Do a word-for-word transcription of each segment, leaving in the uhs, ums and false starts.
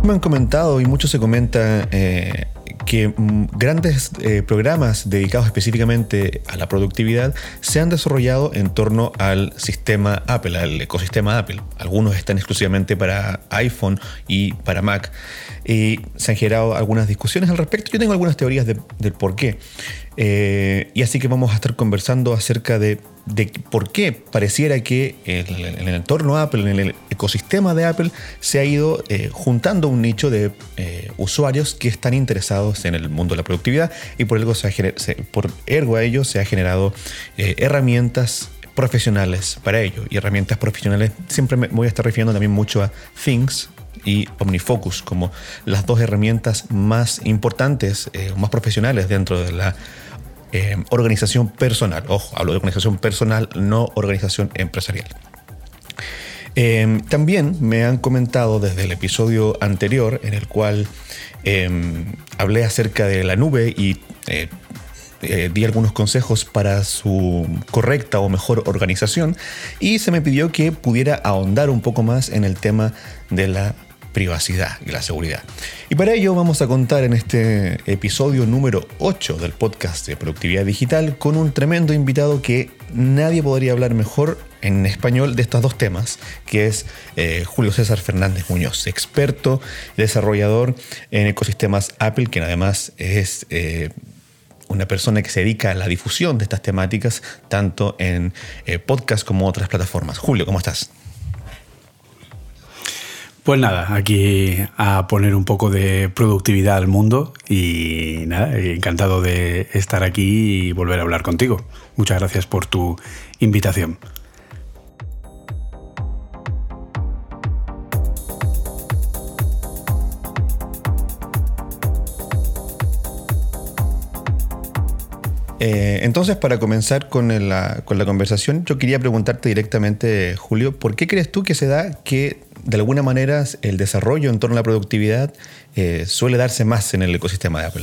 me han comentado y mucho se comenta eh, que mm, grandes eh, programas dedicados específicamente a la productividad se han desarrollado en torno al sistema Apple, al ecosistema Apple. Algunos están exclusivamente para iPhone y para Mac. Y se han generado algunas discusiones al respecto. Yo tengo algunas teorías de, del por qué. Eh, y así que vamos a estar conversando acerca de, de por qué pareciera que el, en el entorno Apple, en el ecosistema de Apple, se ha ido eh, juntando un nicho de eh, usuarios que están interesados en el mundo de la productividad y por ergo, se ha, se, por ergo a ello se ha generado eh, herramientas profesionales para ello. Y herramientas profesionales, siempre me voy a estar refiriendo también mucho a Things y OmniFocus como las dos herramientas más importantes, eh, más profesionales dentro de la eh, organización personal. Ojo, hablo de organización personal, no organización empresarial. Eh, también me han comentado desde el episodio anterior en el cual eh, hablé acerca de la nube y eh, Eh, di algunos consejos para su correcta o mejor organización y se me pidió que pudiera ahondar un poco más en el tema de la privacidad y la seguridad. Y para ello vamos a contar en este episodio número ocho del podcast de Productividad Digital con un tremendo invitado que nadie podría hablar mejor en español de estos dos temas, que es eh, Julio César Fernández Muñoz, experto, desarrollador en ecosistemas Apple, quien además es Eh, una persona que se dedica a la difusión de estas temáticas, tanto en eh, podcast como otras plataformas. Julio, ¿cómo estás? Pues nada, aquí a poner un poco de productividad al mundo y nada, encantado de estar aquí y volver a hablar contigo. Muchas gracias por tu invitación. Eh, entonces, para comenzar con la, con la conversación, yo quería preguntarte directamente, Julio, ¿por qué crees tú que se da que de alguna manera el desarrollo en torno a la productividad eh, suele darse más en el ecosistema de Apple?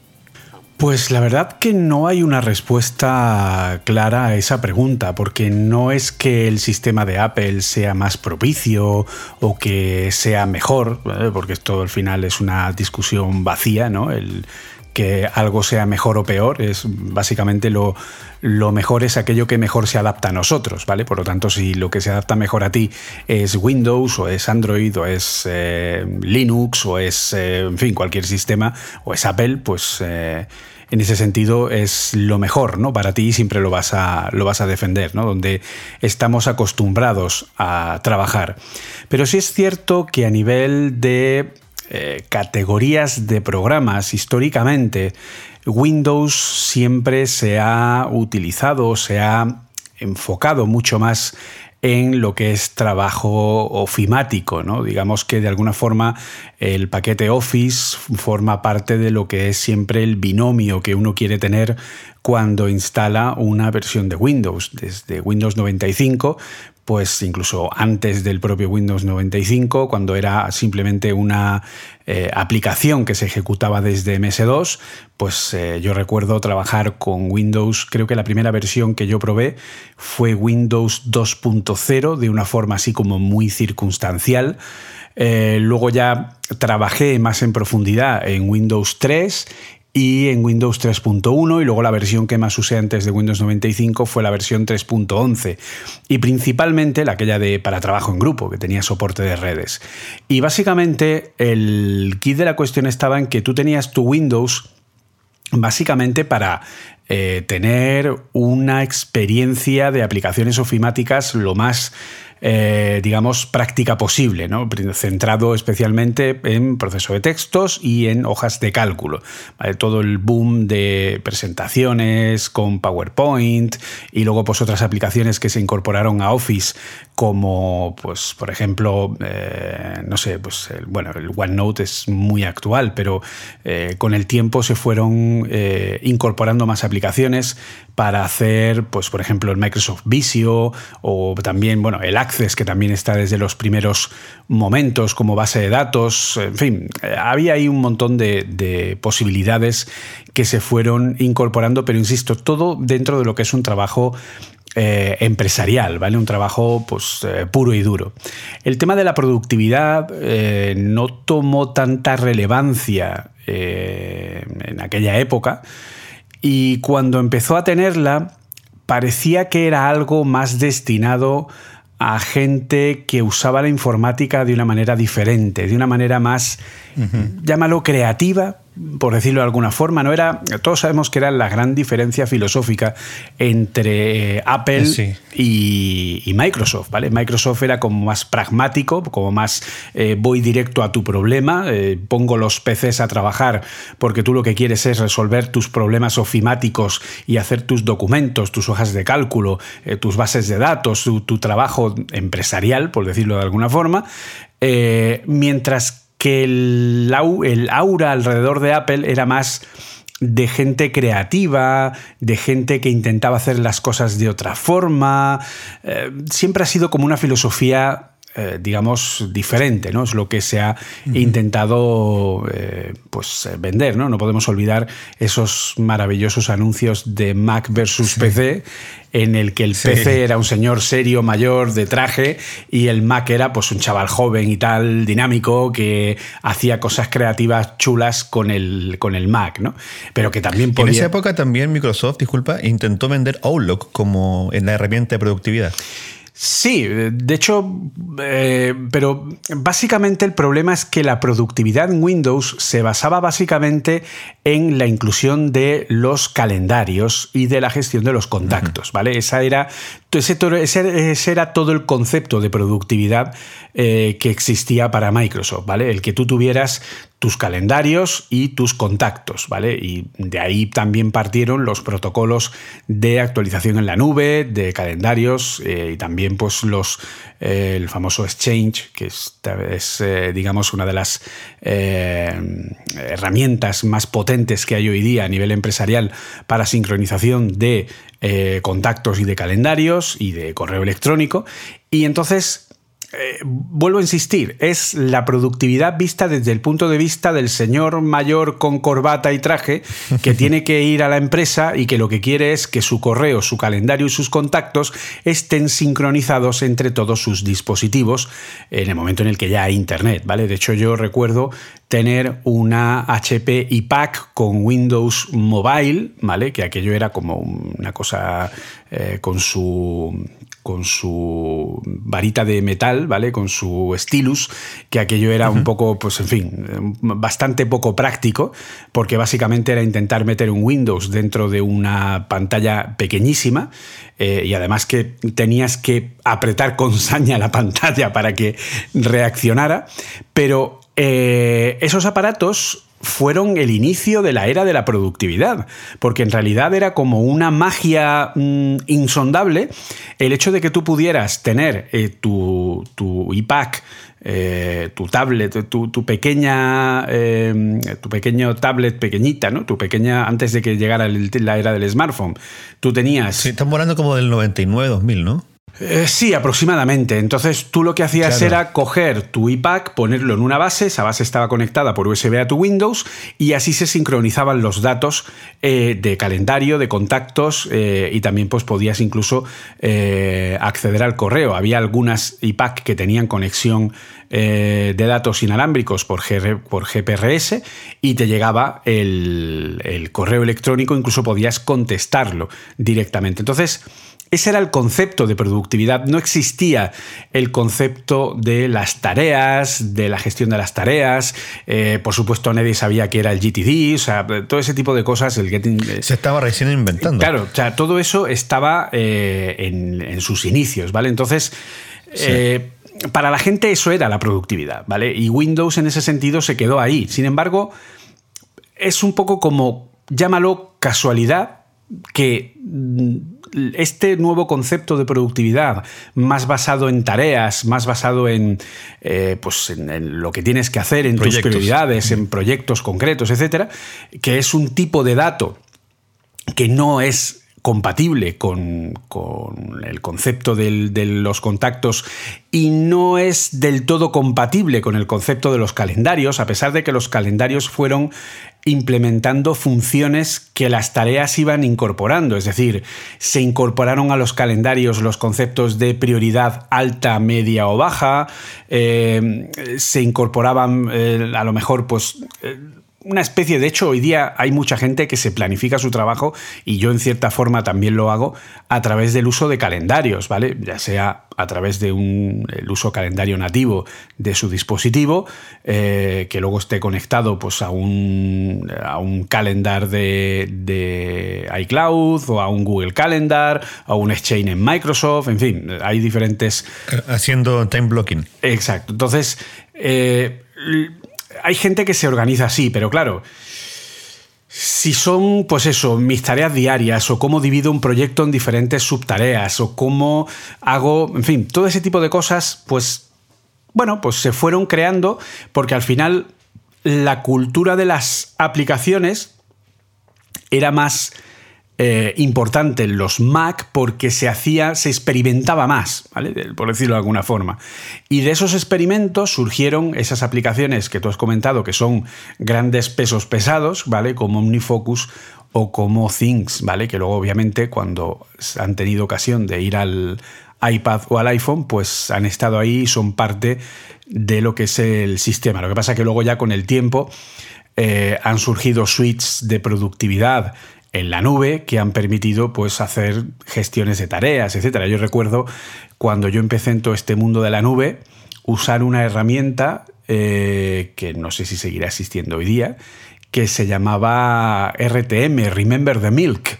Pues la verdad que no hay una respuesta clara a esa pregunta, porque no es que el sistema de Apple sea más propicio o que sea mejor, ¿vale? Porque esto al final es una discusión vacía, ¿no? El que algo sea mejor o peor es básicamente lo, lo mejor es aquello que mejor se adapta a nosotros, ¿vale? Por lo tanto, si lo que se adapta mejor a ti es Windows o es Android o es eh, Linux o es, eh, en fin, cualquier sistema o es Apple, pues eh, en ese sentido es lo mejor, ¿no? Para ti siempre lo vas a, lo vas a defender, ¿no? Donde estamos acostumbrados a trabajar. Pero sí es cierto que a nivel de Eh, categorías de programas, históricamente, Windows siempre se ha utilizado, se ha enfocado mucho más en lo que es trabajo ofimático, ¿no? Digamos que de alguna forma el paquete Office forma parte de lo que es siempre el binomio que uno quiere tener cuando instala una versión de Windows. Desde Windows noventa y cinco, pues incluso antes del propio Windows noventa y cinco, cuando era simplemente una eh, aplicación que se ejecutaba desde eme ese dos, pues eh, yo recuerdo trabajar con Windows, creo que la primera versión que yo probé fue Windows dos punto cero, de una forma así como muy circunstancial. Eh, luego ya trabajé más en profundidad en Windows tres y en Windows tres punto uno, y luego la versión que más usé antes de Windows noventa y cinco fue la versión tres punto once, y principalmente la aquella de para trabajo en grupo, que tenía soporte de redes. Y básicamente el kit de la cuestión estaba en que tú tenías tu Windows básicamente para eh, tener una experiencia de aplicaciones ofimáticas lo más Eh, digamos, práctica posible, ¿no? Centrado especialmente en proceso de textos y en hojas de cálculo, ¿vale? Todo el boom de presentaciones con PowerPoint y luego pues otras aplicaciones que se incorporaron a Office, como pues por ejemplo, eh, no sé, pues el, bueno, el OneNote es muy actual, pero eh, con el tiempo se fueron eh, incorporando más aplicaciones para hacer, pues por ejemplo, el Microsoft Visio, o también, bueno, el Access, que también está desde los primeros momentos como base de datos. En fin, había ahí un montón de, de posibilidades que se fueron incorporando, pero insisto, todo dentro de lo que es un trabajo eh, empresarial, ¿vale? Un trabajo pues, eh, puro y duro. El tema de la productividad eh, no tomó tanta relevancia eh, en aquella época, y cuando empezó a tenerla parecía que era algo más destinado a gente que usaba la informática de una manera diferente, de una manera más, uh-huh. llámalo creativa, por decirlo de alguna forma. No era, todos sabemos que era la gran diferencia filosófica entre Apple sí. y, y Microsoft, ¿vale? Microsoft era como más pragmático, como más eh, voy directo a tu problema, eh, pongo los P Cs a trabajar porque tú lo que quieres es resolver tus problemas ofimáticos y hacer tus documentos, tus hojas de cálculo, eh, tus bases de datos, tu, tu trabajo empresarial, por decirlo de alguna forma, eh, mientras que el, el aura alrededor de Apple era más de gente creativa, de gente que intentaba hacer las cosas de otra forma. Eh, siempre ha sido como una filosofía, eh, digamos, diferente, ¿no? Es lo que se ha uh-huh. intentado eh, pues, vender, ¿no? No podemos olvidar esos maravillosos anuncios de Mac versus sí. P C, en el que el sí. P C era un señor serio, mayor, de traje, y el Mac era pues un chaval joven y tal, dinámico, que hacía cosas creativas chulas con el, con el Mac, ¿no? Pero que también podía... En esa época también Microsoft, disculpa, intentó vender Outlook como en la herramienta de productividad. Sí, de hecho, eh, pero básicamente el problema es que la productividad en Windows se basaba básicamente en la inclusión de los calendarios y de la gestión de los contactos, uh-huh. ¿vale? Esa era, ese, ese, ese era todo el concepto de productividad eh, que existía para Microsoft, ¿vale? El que tú tuvieras tus calendarios y tus contactos, ¿vale? Y de ahí también partieron los protocolos de actualización en la nube, de calendarios eh, y también pues los eh, el famoso Exchange, que es, es eh, digamos una de las eh, herramientas más potentes que hay hoy día a nivel empresarial para sincronización de eh, contactos y de calendarios y de correo electrónico. Y entonces... Eh, vuelvo a insistir, es la productividad vista desde el punto de vista del señor mayor con corbata y traje que tiene que ir a la empresa y que lo que quiere es que su correo, su calendario y sus contactos estén sincronizados entre todos sus dispositivos en el momento en el que ya hay internet, ¿vale? De hecho, yo recuerdo tener una H P I P A C con Windows Mobile, ¿vale? Que aquello era como una cosa eh, con su... con su varita de metal, ¿vale? Con su stylus, que aquello era uh-huh. un poco, pues en fin, bastante poco práctico, porque básicamente era intentar meter un Windows dentro de una pantalla pequeñísima eh, y además que tenías que apretar con saña la pantalla para que reaccionara, pero eh, esos aparatos fueron el inicio de la era de la productividad, porque en realidad era como una magia mmm, insondable el hecho de que tú pudieras tener eh, tu, tu I P A C, eh, tu tablet, tu, tu pequeña eh, tu pequeño tablet pequeñita, ¿no? Tu pequeña, antes de que llegara el, la era del smartphone, tú tenías... Sí, estamos hablando como del noventa y nueve dos mil, ¿no? Eh, sí, aproximadamente. Entonces tú lo que hacías claro. era coger tu I P A C, ponerlo en una base, esa base estaba conectada por U S B a tu Windows y así se sincronizaban los datos eh, de calendario, de contactos eh, y también pues, podías incluso eh, acceder al correo. Había algunas I P A C que tenían conexión eh, de datos inalámbricos por, G, por G P R S y te llegaba el, el correo electrónico, incluso podías contestarlo directamente. Entonces... ese era el concepto de productividad. No existía el concepto de las tareas, de la gestión de las tareas. Eh, por supuesto, nadie sabía qué era el G T D, o sea, todo ese tipo de cosas. El getting, eh, Se estaba recién inventando. Claro, o sea, todo eso estaba eh, en, en sus inicios, ¿vale? Entonces, sí. eh, para la gente eso era la productividad, ¿vale? Y Windows en ese sentido se quedó ahí. Sin embargo, es un poco como, llámalo casualidad, que este nuevo concepto de productividad, más basado en tareas, más basado en, eh, pues en, en lo que tienes que hacer, en proyectos. Tus prioridades, en proyectos concretos, etcétera, que es un tipo de dato que no es compatible con, con el concepto del, de los contactos y no es del todo compatible con el concepto de los calendarios, a pesar de que los calendarios fueron implementando funciones que las tareas iban incorporando. Es decir, se incorporaron a los calendarios los conceptos de prioridad alta, media o baja, eh, se incorporaban eh, a lo mejor pues... Eh, una especie, de hecho, hoy día hay mucha gente que se planifica su trabajo, y yo en cierta forma también lo hago, a través del uso de calendarios, ¿vale? Ya sea a través de un el uso calendario nativo de su dispositivo, eh, que luego esté conectado pues, a un, a un calendar de, de iCloud, o a un Google Calendar, o a un Exchange en Microsoft, en fin, hay diferentes... Haciendo time blocking. Exacto. Entonces, eh, hay gente que se organiza así, pero claro, si son, pues eso, mis tareas diarias, o cómo divido un proyecto en diferentes subtareas, o cómo hago, en fin, todo ese tipo de cosas, pues, bueno, pues se fueron creando, porque al final la cultura de las aplicaciones era más eh, importante en los Mac, porque se hacía, se experimentaba más, ¿vale? Por decirlo de alguna forma. Y de esos experimentos surgieron esas aplicaciones que tú has comentado, que son grandes pesos pesados, ¿vale? Como OmniFocus o como Things, ¿vale? Que luego, obviamente, cuando han tenido ocasión de ir al iPad o al iPhone, pues han estado ahí y son parte de lo que es el sistema. Lo que pasa es que luego ya con el tiempo eh, han surgido suites de productividad en la nube que han permitido pues, hacer gestiones de tareas, etcétera. Yo recuerdo cuando yo empecé en todo este mundo de la nube, usar una herramienta eh, que no sé si seguirá existiendo hoy día, que se llamaba R T M, Remember the Milk,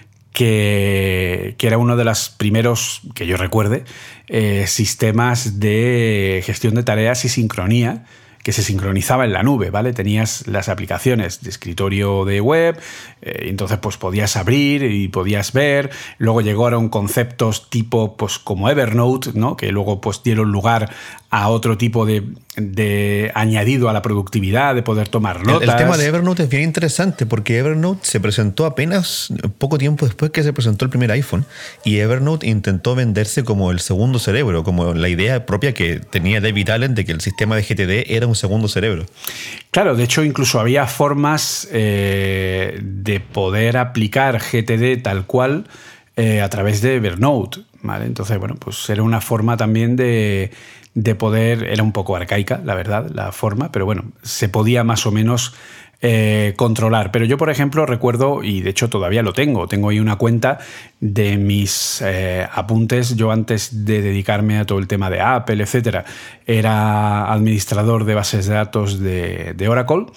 que, que era uno de los primeros, que yo recuerde, eh, sistemas de gestión de tareas y sincronía, que se sincronizaba en la nube, ¿vale? Tenías las aplicaciones de escritorio de web, eh, entonces pues podías abrir y podías ver. Luego llegaron conceptos tipo pues como Evernote, ¿no? Que luego pues dieron lugar a otro tipo de, de añadido a la productividad, de poder tomar notas. El, el tema de Evernote es bien interesante, porque Evernote se presentó apenas poco tiempo después que se presentó el primer iPhone, y Evernote intentó venderse como el segundo cerebro, como la idea propia que tenía David Allen de que el sistema de G T D era un segundo cerebro. Claro, de hecho incluso había formas eh, de poder aplicar G T D tal cual eh, a través de Evernote, ¿vale? Entonces, bueno, pues era una forma también de, de poder, era un poco arcaica, la verdad, la forma, pero bueno, se podía más o menos eh, controlar. Pero yo, por ejemplo, recuerdo, y de hecho todavía lo tengo, tengo ahí una cuenta de mis eh, apuntes. Yo antes de dedicarme a todo el tema de Apple, etcétera, era administrador de bases de datos de, de Oracle,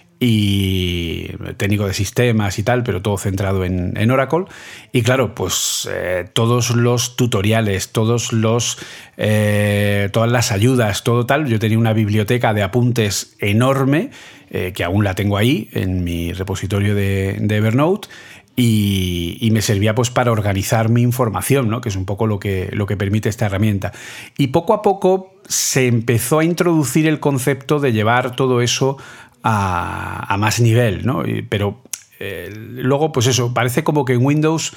y técnico de sistemas y tal, pero todo centrado en, en Oracle. Y claro, pues eh, todos los tutoriales, todos los, eh, todas las ayudas, todo tal. Yo tenía una biblioteca de apuntes enorme, eh, que aún la tengo ahí en mi repositorio de, de Evernote, y, y me servía pues para organizar mi información, ¿no? Que es un poco lo que, lo que permite esta herramienta. Y poco a poco se empezó a introducir el concepto de llevar todo eso A, a más nivel, ¿no? Pero eh, luego, pues eso, parece como que en Windows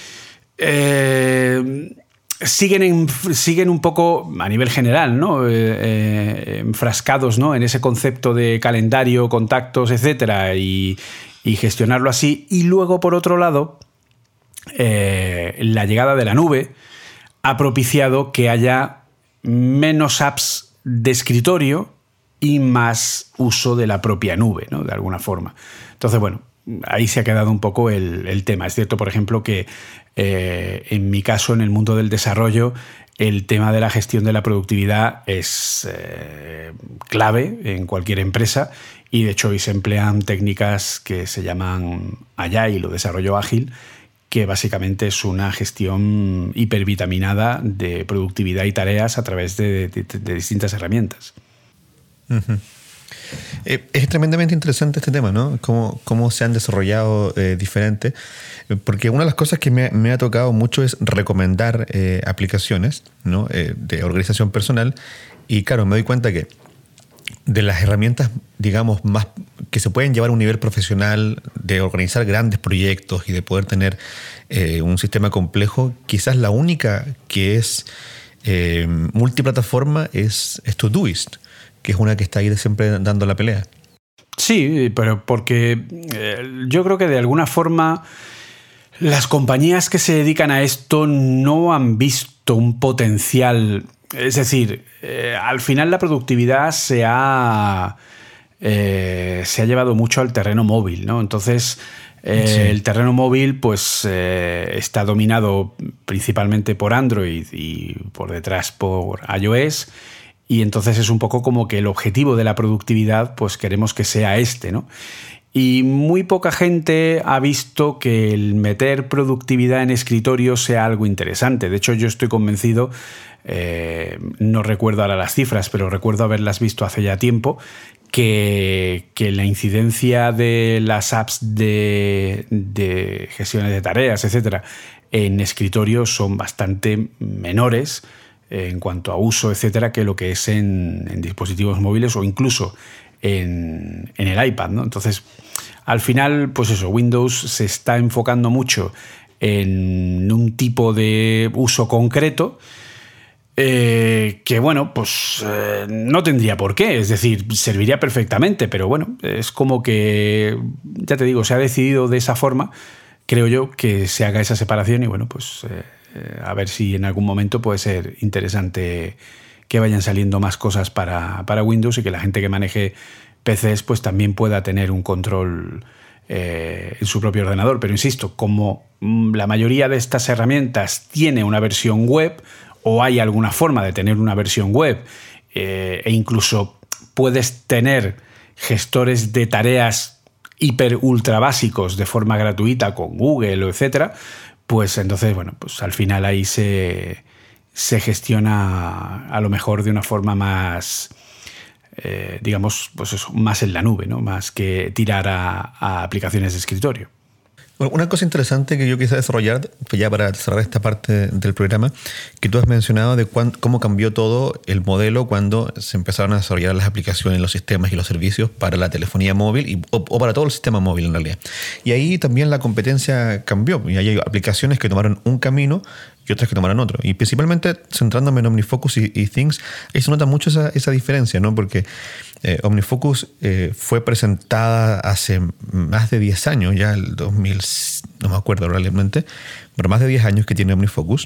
eh, siguen, en, siguen un poco a nivel general, ¿no? Eh, eh, enfrascados, ¿no? En ese concepto de calendario, contactos, etcétera, y, y gestionarlo así. Y luego, por otro lado, eh, la llegada de la nube ha propiciado que haya menos apps de escritorio y más uso de la propia nube, ¿no? De alguna forma. Entonces, bueno, ahí se ha quedado un poco el, el tema. Es cierto, por ejemplo, que eh, en mi caso, en el mundo del desarrollo, el tema de la gestión de la productividad es eh, clave en cualquier empresa, y de hecho hoy se emplean técnicas que se llaman Agile o desarrollo ágil, que básicamente es una gestión hipervitaminada de productividad y tareas a través de, de, de distintas herramientas. Uh-huh. Eh, es tremendamente interesante este tema, ¿no? Cómo, cómo se han desarrollado eh, diferentes. Porque una de las cosas que me, me ha tocado mucho es recomendar eh, aplicaciones, ¿no? eh, de organización personal. Y claro, me doy cuenta que de las herramientas, digamos, más que se pueden llevar a un nivel profesional, de organizar grandes proyectos y de poder tener eh, un sistema complejo, quizás la única que es eh, multiplataforma es, es Todoist, que es una que está ahí siempre dando la pelea. Sí, pero porque eh, yo creo que de alguna forma las compañías que se dedican a esto no han visto un potencial. Es decir, eh, al final la productividad se ha, eh, se ha llevado mucho al terreno móvil, ¿no? Entonces, eh, sí. el terreno móvil pues, eh, está dominado principalmente por Android y por detrás por iOS. Y entonces es un poco como que el objetivo de la productividad, pues queremos que sea este, ¿no? Y muy poca gente ha visto que el meter productividad en escritorio sea algo interesante. De hecho, yo estoy convencido, eh, no recuerdo ahora las cifras, pero recuerdo haberlas visto hace ya tiempo, que, que la incidencia de las apps de, de gestiones de tareas, etcétera, en escritorio son bastante menores en cuanto a uso, etcétera, que lo que es en, en dispositivos móviles o incluso en, en el iPad, ¿no? Entonces, al final, pues eso, Windows se está enfocando mucho en un tipo de uso concreto eh, que, bueno, pues eh, no tendría por qué, es decir, serviría perfectamente, pero bueno, es como que, ya te digo, se ha decidido de esa forma, creo yo, que se haga esa separación y, bueno, pues eh, a ver si en algún momento puede ser interesante que vayan saliendo más cosas para, para Windows y que la gente que maneje P Cs pues también pueda tener un control eh, en su propio ordenador. Pero insisto, como la mayoría de estas herramientas tiene una versión web o hay alguna forma de tener una versión web eh, e incluso puedes tener gestores de tareas hiper ultra básicos de forma gratuita con Google o etcétera, pues entonces, bueno, pues al final ahí se, se gestiona a lo mejor de una forma más, eh, digamos, pues eso, más en la nube, ¿no? Más que tirar a, a aplicaciones de escritorio. Bueno, una cosa interesante que yo quise desarrollar, ya para cerrar esta parte del programa, que tú has mencionado de cuán, cómo cambió todo el modelo cuando se empezaron a desarrollar las aplicaciones, los sistemas y los servicios para la telefonía móvil y, o, o para todo el sistema móvil en realidad. Y ahí también la competencia cambió y hay aplicaciones que tomaron un camino y otras que tomaron otro. Y principalmente centrándome en OmniFocus y, y Things, ahí se nota mucho esa, esa diferencia, ¿no? Porque eh, OmniFocus eh, fue presentada hace más de diez años, ya el dos mil, no me acuerdo realmente, pero más de diez años que tiene OmniFocus,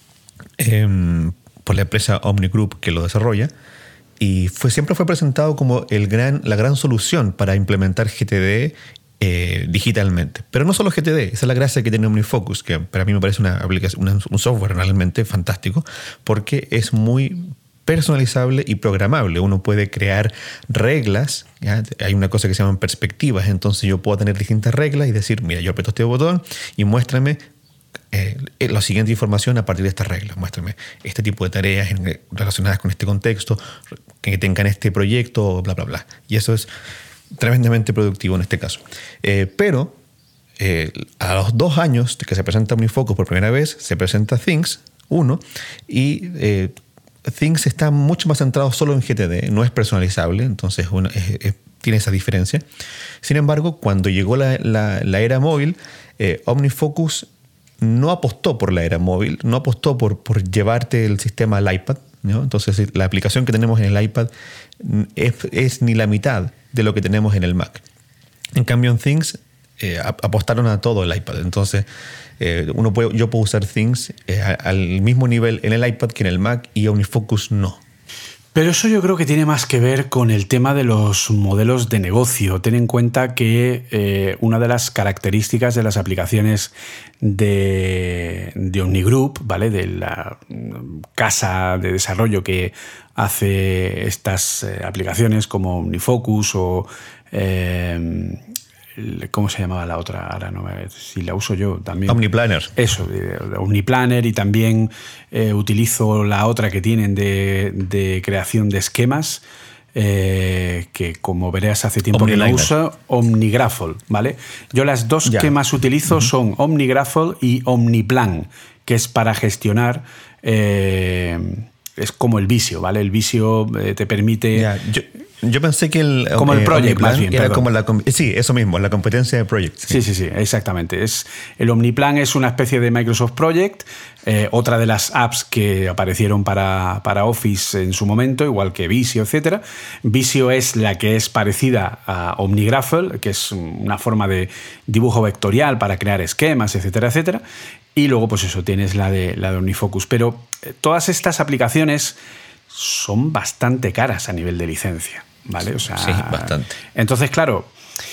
eh, por la empresa Omni Group que lo desarrolla, y fue, siempre fue presentado como el gran, la gran solución para implementar G T D Eh, digitalmente. Pero no solo G T D, esa es la gracia que tiene OmniFocus, que para mí me parece una aplicación, una, un software realmente fantástico, porque es muy personalizable y programable. Uno puede crear reglas, ¿ya? Hay una cosa que se llaman perspectivas, entonces yo puedo tener distintas reglas y decir, mira, yo aprieto este botón y muéstrame eh, la siguiente información a partir de estas reglas. Muéstrame este tipo de tareas en, relacionadas con este contexto, que tengan este proyecto, bla, bla, bla. Y eso es tremendamente productivo en este caso. Eh, pero eh, a los dos años de que se presenta OmniFocus por primera vez, se presenta Things uno y eh, Things está mucho más centrado solo en G T D, no es personalizable, entonces bueno, es, es, tiene esa diferencia. Sin embargo, cuando llegó la, la, la era móvil, eh, OmniFocus no apostó por la era móvil, no apostó por, por llevarte el sistema al iPad, ¿no? Entonces la aplicación que tenemos en el iPad es, es ni la mitad de lo que tenemos en el Mac. En cambio en Things eh, apostaron a todo el iPad. Entonces eh, uno puede, yo puedo usar Things eh, al mismo nivel en el iPad que en el Mac y OmniFocus no. Pero eso yo creo que tiene más que ver con el tema de los modelos de negocio. Ten en cuenta que eh, una de las características de las aplicaciones de, de Omni Group, ¿vale? De la casa de desarrollo que hace estas eh, aplicaciones como OmniFocus o eh, ¿cómo se llamaba la otra? Ahora no me, si la uso yo también. OmniPlanner. Eso, OmniPlanner, y también eh, utilizo la otra que tienen de, de creación de esquemas, eh, que como verás hace tiempo que no uso, OmniGraffle, ¿vale? Yo las dos ya. que más utilizo uh-huh. son OmniGraffle y OmniPlan, que es para gestionar... Eh, es como el Visio, ¿vale? El Visio eh, te permite... Ya, yo... Yo pensé que el... Como el Project, más bien, era perdón. como la... Sí, eso mismo, la competencia de Project. Sí, sí, sí, sí, exactamente. Es, el OmniPlan es una especie de Microsoft Project, eh, otra de las apps que aparecieron para, para Office en su momento, igual que Visio, etcétera. Visio es la que es parecida a OmniGraffle, que es una forma de dibujo vectorial para crear esquemas, etcétera, etcétera. Y luego, pues eso, tienes la de, la de OmniFocus. Pero eh, todas estas aplicaciones son bastante caras a nivel de licencia, ¿vale? O sea, sí, bastante. Entonces, claro,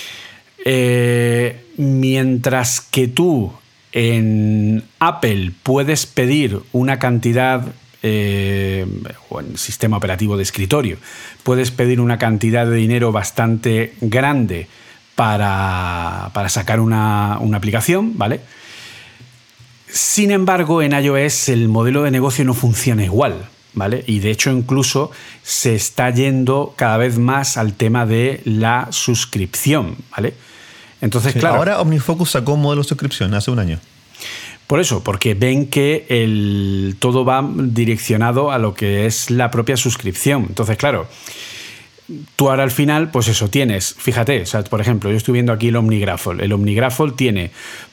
eh, mientras que tú en Apple puedes pedir una cantidad, eh, o en sistema operativo de escritorio, puedes pedir una cantidad de dinero bastante grande para, para sacar una, una aplicación, ¿vale? Sin embargo, en iOS el modelo de negocio no funciona igual, ¿vale? Y de hecho incluso se está yendo cada vez más al tema de la suscripción, ¿vale? Entonces, Sí, claro. Ahora OmniFocus sacó un modelo de suscripción hace un año. Por eso, porque ven que el, todo va direccionado a lo que es la propia suscripción. Entonces, claro, tú ahora al final, pues eso, tienes, fíjate, o sea, por ejemplo, yo estoy viendo aquí el OmniGraffle. El OmniGraffle tiene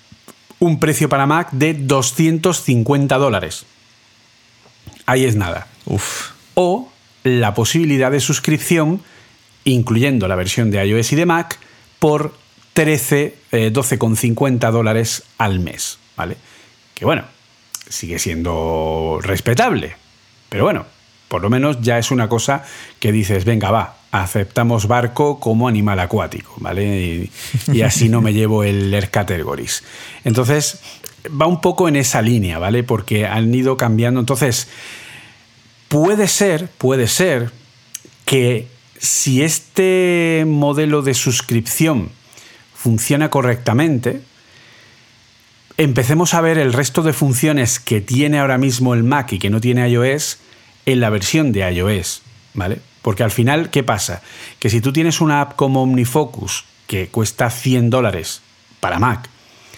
un precio para Mac de doscientos cincuenta dólares. Ahí es nada. Uf. O la posibilidad de suscripción, incluyendo la versión de iOS y de Mac, por trece, eh, doce con cincuenta dólares al mes, ¿vale? Que bueno, sigue siendo respetable, pero bueno, por lo menos ya es una cosa que dices, venga, va, aceptamos barco como animal acuático, ¿vale? Y, y así no me llevo el Air Categories. Entonces, va un poco en esa línea, ¿vale? Porque han ido cambiando. Entonces, puede ser, puede ser que si este modelo de suscripción funciona correctamente, empecemos a ver el resto de funciones que tiene ahora mismo el Mac y que no tiene iOS en la versión de iOS, ¿vale? Porque al final, ¿qué pasa? Que si tú tienes una app como OmniFocus que cuesta cien dólares para Mac,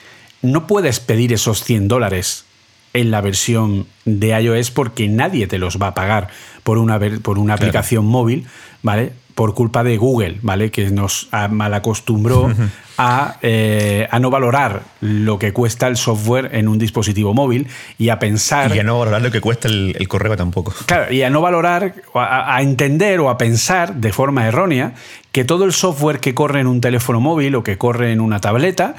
no puedes pedir esos cien dólares en la versión de iOS porque nadie te los va a pagar por una, por una claro. aplicación móvil, ¿vale? Por culpa de Google, ¿vale? Que nos malacostumbró a, eh, a no valorar lo que cuesta el software en un dispositivo móvil y a pensar... Y a no valorar lo que cuesta el, el correo tampoco. Claro, y a no valorar, a, a entender o a pensar de forma errónea que todo el software que corre en un teléfono móvil o que corre en una tableta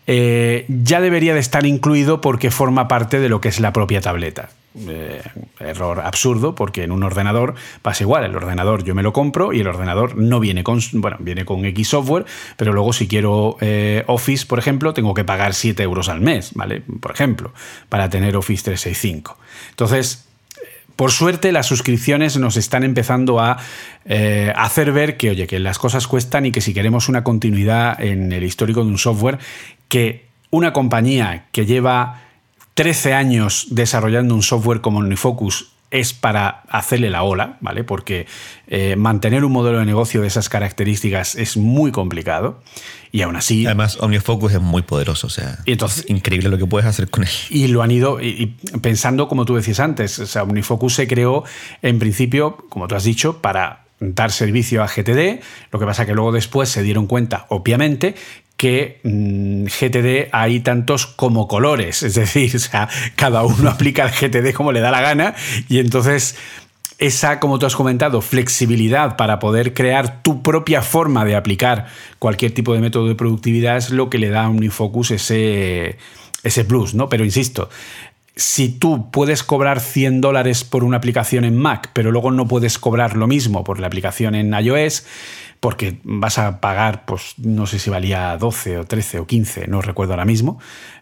eh, ya debería de estar incluido porque forma parte de lo que es la propia tableta. Eh, error absurdo, porque en un ordenador pasa igual. El ordenador yo me lo compro y el ordenador no viene con, bueno, viene con X software, pero luego si quiero eh, Office, por ejemplo, tengo que pagar siete euros al mes, ¿vale? Por ejemplo, para tener Office trescientos sesenta y cinco. Entonces, por suerte, las suscripciones nos están empezando a eh, hacer ver que, oye, que las cosas cuestan y que si queremos una continuidad en el histórico de un software, que una compañía que lleva trece años desarrollando un software como OmniFocus es para hacerle la ola, ¿vale? Porque eh, mantener un modelo de negocio de esas características es muy complicado y aún así... Además, OmniFocus es muy poderoso, o sea, y entonces, es increíble lo que puedes hacer con él. Y lo han ido, y, y pensando como tú decías antes, o sea, OmniFocus se creó en principio, como tú has dicho, para dar servicio a G T D, lo que pasa que luego después se dieron cuenta, obviamente, que mmm, G T D hay tantos como colores, es decir, o sea, cada uno aplica el G T D como le da la gana y entonces esa, como tú has comentado, flexibilidad para poder crear tu propia forma de aplicar cualquier tipo de método de productividad es lo que le da a OmniFocus ese, ese plus, ¿no? Pero insisto, si tú puedes cobrar cien dólares por una aplicación en Mac, pero luego no puedes cobrar lo mismo por la aplicación en iOS, porque vas a pagar, pues no sé si valía doce o trece o quince, no recuerdo ahora mismo.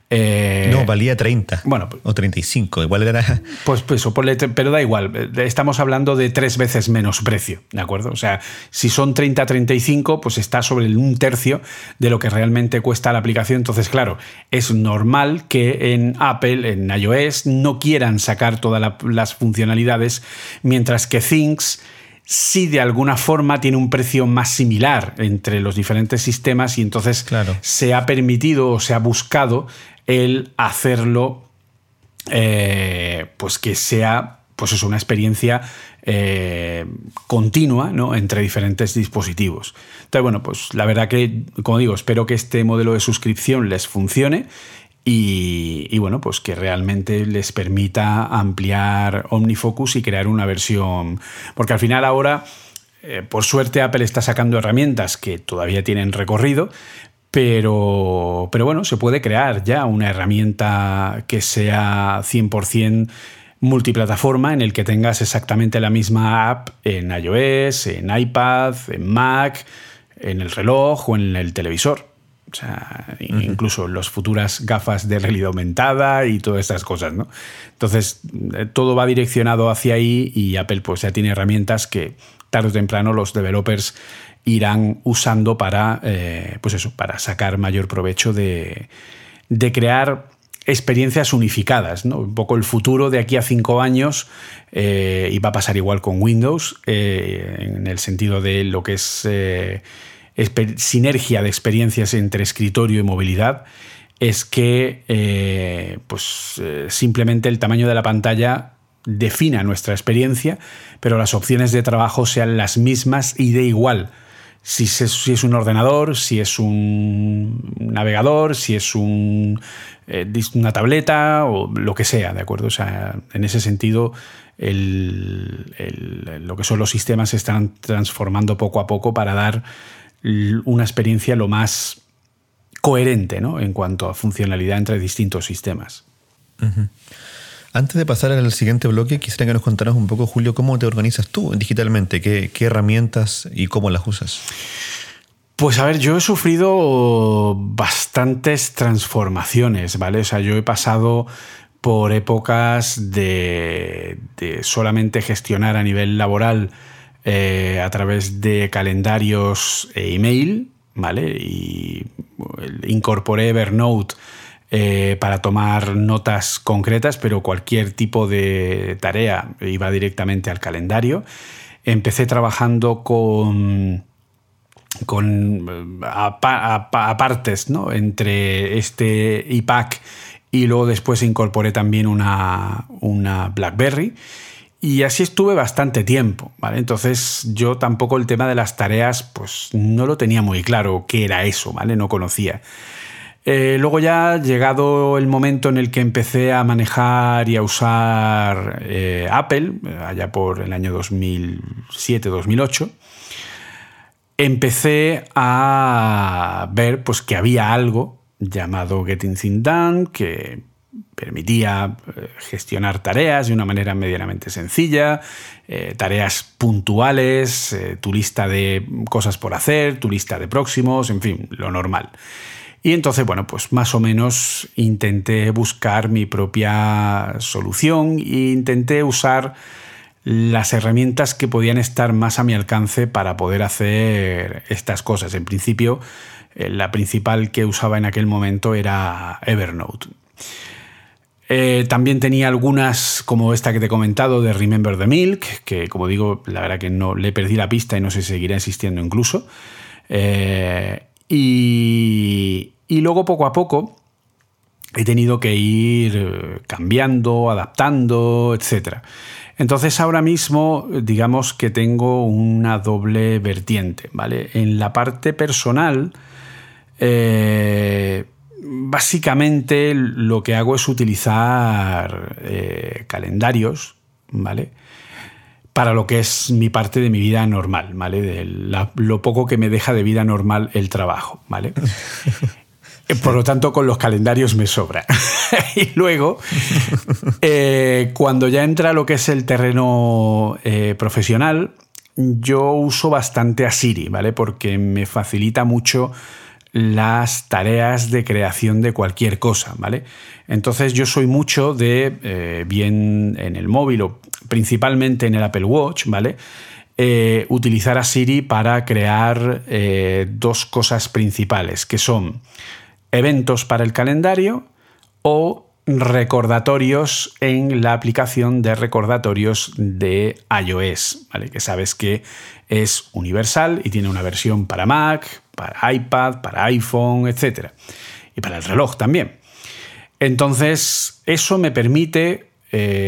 Eh, no, valía treinta. Bueno, o treinta y cinco, igual era... Pues, pues eso, pero da igual, estamos hablando de tres veces menos precio, ¿de acuerdo? O sea, si son treinta a treinta y cinco, pues está sobre un tercio de lo que realmente cuesta la aplicación. Entonces, claro, es normal que en Apple, en iOS, no quieran sacar todas la, las funcionalidades, mientras que Things sí de alguna forma tiene un precio más similar entre los diferentes sistemas y entonces claro. se ha permitido o se ha buscado el hacerlo eh, pues que sea pues eso, una experiencia eh, continua, ¿no?, entre diferentes dispositivos. Entonces, bueno, pues la verdad que, como digo, espero que este modelo de suscripción les funcione y, y bueno, pues que realmente les permita ampliar OmniFocus y crear una versión. Porque al final ahora, eh, por suerte, Apple está sacando herramientas que todavía tienen recorrido, pero, pero bueno, se puede crear ya una herramienta que sea cien por ciento multiplataforma, en el que tengas exactamente la misma app en iOS, en iPad, en Mac, en el reloj o en el televisor. O sea, uh-huh. incluso las futuras gafas de realidad aumentada y todas estas cosas, ¿no? Entonces, todo va direccionado hacia ahí y Apple pues ya tiene herramientas que tarde o temprano los developers irán usando para, eh, pues eso, para sacar mayor provecho de, de crear experiencias unificadas, ¿no? Un poco el futuro de aquí a cinco años, eh, y va a pasar igual con Windows, eh, en el sentido de lo que es eh, esper- sinergia de experiencias entre escritorio y movilidad, es que eh, pues, eh, simplemente el tamaño de la pantalla defina nuestra experiencia, pero las opciones de trabajo sean las mismas y de igual. Si es, si es un ordenador, si es un navegador, si es un, eh, una tableta o lo que sea, ¿de acuerdo? O sea, en ese sentido, el, el, lo que son los sistemas se están transformando poco a poco para dar una experiencia lo más coherente, ¿no?, en cuanto a funcionalidad entre distintos sistemas. Uh-huh. Antes de pasar al siguiente bloque, quisiera que nos contaras un poco, Julio, cómo te organizas tú digitalmente, qué, qué herramientas y cómo las usas. Pues a ver, yo he sufrido bastantes transformaciones, ¿vale? O sea, yo he pasado por épocas de, de solamente gestionar a nivel laboral eh, a través de calendarios e email, ¿vale? Y incorporé Evernote Eh, para tomar notas concretas, pero cualquier tipo de tarea iba directamente al calendario. Empecé trabajando con, con apartes, ¿no?, entre este iPad y luego después incorporé también una, una BlackBerry. Y así estuve bastante tiempo, ¿vale? Entonces yo tampoco el tema de las tareas pues no lo tenía muy claro qué era eso, ¿vale? No conocía. Eh, luego ya, llegado el momento en el que empecé a manejar y a usar eh, Apple, allá por el año dos mil siete dos mil ocho, empecé a ver pues, que había algo llamado Getting Things Done que permitía gestionar tareas de una manera medianamente sencilla, eh, tareas puntuales, eh, tu lista de cosas por hacer, tu lista de próximos, en fin, lo normal. Y entonces, bueno, pues más o menos intenté buscar mi propia solución e intenté usar las herramientas que podían estar más a mi alcance para poder hacer estas cosas. En principio, la principal que usaba en aquel momento era Evernote. Eh, también tenía algunas, como esta que te he comentado, de Remember the Milk, que, como digo, la verdad que no le perdí la pista y no sé si seguirá existiendo incluso. Eh, Y, y luego poco a poco he tenido que ir cambiando, adaptando, etcétera. Entonces ahora mismo digamos que tengo una doble vertiente, ¿vale? En la parte personal, eh, básicamente lo que hago es utilizar eh, calendarios, ¿vale?, para lo que es mi parte de mi vida normal, ¿vale? De la, lo poco que me deja de vida normal el trabajo, ¿vale? Por lo tanto, con los calendarios me sobra. Y luego, eh, cuando ya entra lo que es el terreno eh, profesional, yo uso bastante a Siri, ¿vale? Porque me facilita mucho las tareas de creación de cualquier cosa, ¿vale? Entonces yo soy mucho de, eh, bien en el móvil o principalmente en el Apple Watch, ¿vale?, eh, utilizar a Siri para crear eh, dos cosas principales, que son eventos para el calendario o recordatorios en la aplicación de recordatorios de iOS, ¿vale?, que sabes que es universal y tiene una versión para Mac, para iPad, para iPhone, etcétera. Y para el reloj también. Entonces, eso me permite, eh,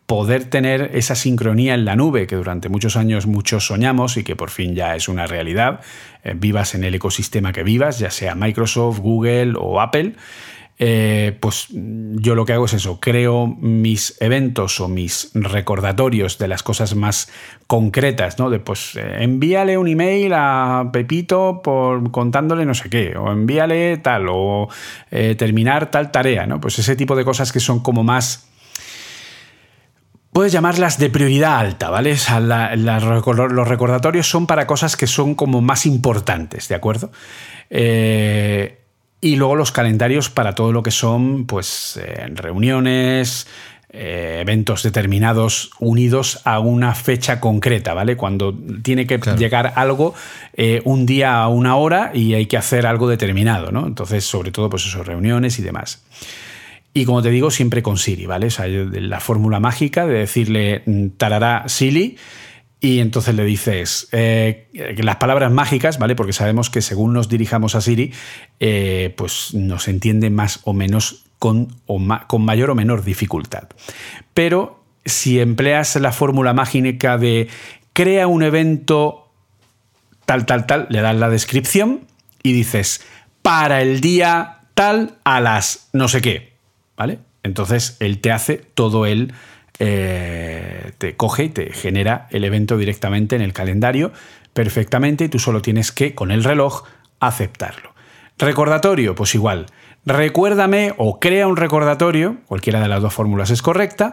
poder tener esa sincronía en la nube que durante muchos años muchos soñamos y que por fin ya es una realidad, eh, vivas en el ecosistema que vivas, ya sea Microsoft, Google o Apple, eh, pues yo lo que hago es eso, creo mis eventos o mis recordatorios de las cosas más concretas, ¿no? De pues eh, envíale un email a Pepito por contándole no sé qué, o envíale tal, o eh, terminar tal tarea, ¿no? Pues ese tipo de cosas que son como más... Puedes llamarlas de prioridad alta, ¿vale? O sea, la, la, los recordatorios son para cosas que son como más importantes, ¿de acuerdo? Eh, y luego los calendarios para todo lo que son, pues, eh, reuniones, eh, eventos determinados unidos a una fecha concreta, ¿vale? Cuando tiene que claro. llegar algo eh, un día a una hora y hay que hacer algo determinado, ¿no? Entonces, sobre todo, pues eso, reuniones y demás. Y como te digo, siempre con Siri, ¿vale? O sea, la fórmula mágica de decirle tarará Siri y entonces le dices eh, las palabras mágicas, ¿vale? Porque sabemos que según nos dirijamos a Siri, eh, pues nos entiende más o menos con, o ma, con mayor o menor dificultad. Pero si empleas la fórmula mágica de crea un evento tal, tal, tal, le das la descripción y dices para el día tal a las no sé qué. ¿Vale? Entonces él te hace todo el... Eh, te coge y te genera el evento directamente en el calendario perfectamente y tú solo tienes que, con el reloj, aceptarlo. Recordatorio, pues igual. Recuérdame o crea un recordatorio, cualquiera de las dos fórmulas es correcta,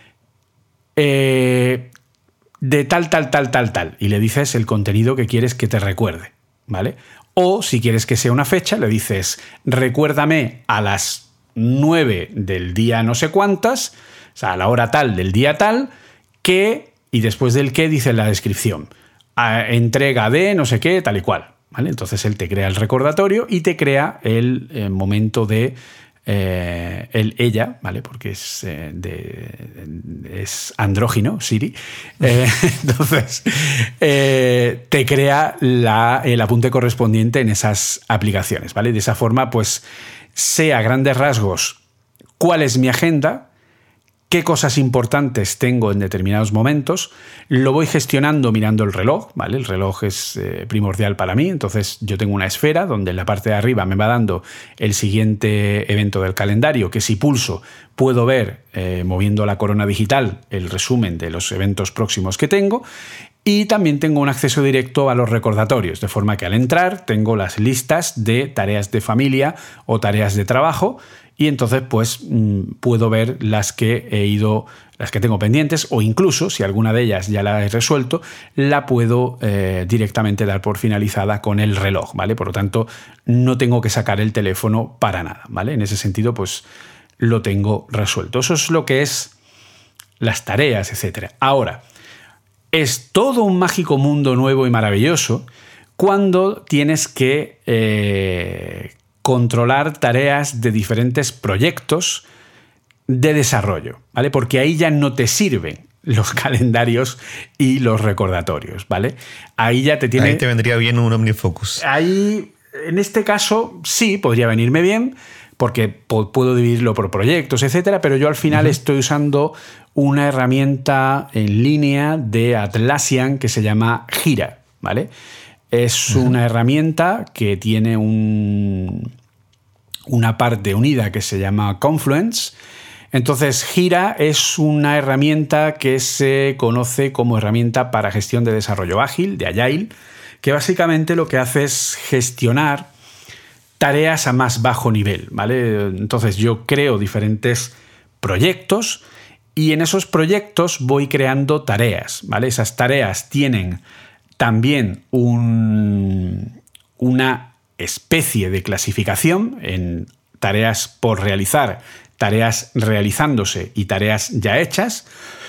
eh, de tal, tal, tal, tal, tal. Y le dices el contenido que quieres que te recuerde, ¿vale? O si quieres que sea una fecha, le dices recuérdame a las nueve del día no sé cuántas, o sea, a la hora tal del día tal, que, y después del que dice en la descripción, a, entrega de no sé qué, tal y cual, ¿vale? Entonces él te crea el recordatorio y te crea el eh, momento de eh, el ella, ¿vale? Porque es, eh, de, es andrógino, Siri. Eh, entonces eh, te crea la, el apunte correspondiente en esas aplicaciones, ¿vale? De esa forma, pues sé a grandes rasgos cuál es mi agenda, qué cosas importantes tengo en determinados momentos, lo voy gestionando mirando el reloj, ¿vale? El reloj es eh, primordial para mí, entonces yo tengo una esfera donde en la parte de arriba me va dando el siguiente evento del calendario, que si pulso puedo ver, eh, moviendo la corona digital, el resumen de los eventos próximos que tengo. Y también tengo un acceso directo a los recordatorios, de forma que al entrar tengo las listas de tareas de familia o tareas de trabajo y entonces pues mmm, puedo ver las que he ido, las que tengo pendientes o incluso si alguna de ellas ya la he resuelto, la puedo eh, directamente dar por finalizada con el reloj, ¿vale? Por lo tanto, no tengo que sacar el teléfono para nada, ¿vale? En ese sentido, pues lo tengo resuelto. Eso es lo que es las tareas, etcétera. Ahora, es todo un mágico mundo nuevo y maravilloso cuando tienes que eh, controlar tareas de diferentes proyectos de desarrollo, ¿vale? Porque ahí ya no te sirven los calendarios y los recordatorios, ¿vale? Ahí ya te tiene... Ahí te vendría bien un OmniFocus. Ahí, en este caso, sí, podría venirme bien, porque puedo dividirlo por proyectos, etcétera, pero yo al final uh-huh. estoy usando una herramienta en línea de Atlassian que se llama Gira, ¿vale? Es uh-huh. una herramienta que tiene un, una parte unida que se llama Confluence. Entonces, Gira es una herramienta que se conoce como herramienta para gestión de desarrollo ágil, de Agile, que básicamente lo que hace es gestionar tareas a más bajo nivel, ¿vale? Entonces yo creo diferentes proyectos y en esos proyectos voy creando tareas, ¿vale? Esas tareas tienen también un, una especie de clasificación en tareas por realizar, tareas realizándose y tareas ya hechas,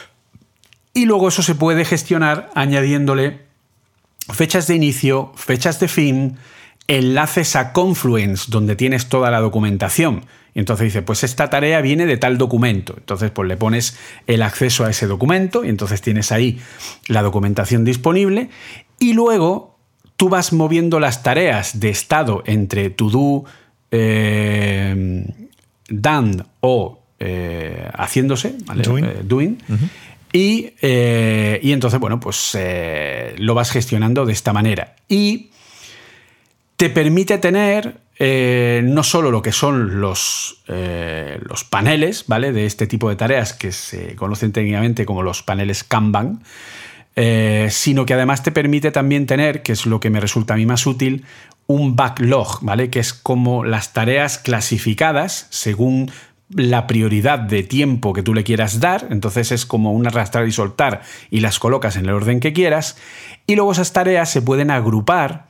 y luego eso se puede gestionar añadiéndole fechas de inicio, fechas de fin, enlaces a Confluence, donde tienes toda la documentación. Y entonces dice, pues esta tarea viene de tal documento. Entonces pues le pones el acceso a ese documento y entonces tienes ahí la documentación disponible. Y luego tú vas moviendo las tareas de estado entre To Do, eh, Done o eh, haciéndose, ¿vale? Doing. Eh, doing. Uh-huh. Y, eh, y entonces, bueno, pues eh, lo vas gestionando de esta manera. Y te permite tener eh, no solo lo que son los, eh, los paneles, ¿vale? De este tipo de tareas que se conocen técnicamente como los paneles Kanban, eh, sino que además te permite también tener, que es lo que me resulta a mí más útil, un backlog, ¿vale? Que es como las tareas clasificadas según la prioridad de tiempo que tú le quieras dar. Entonces es como un arrastrar y soltar y las colocas en el orden que quieras, y luego esas tareas se pueden agrupar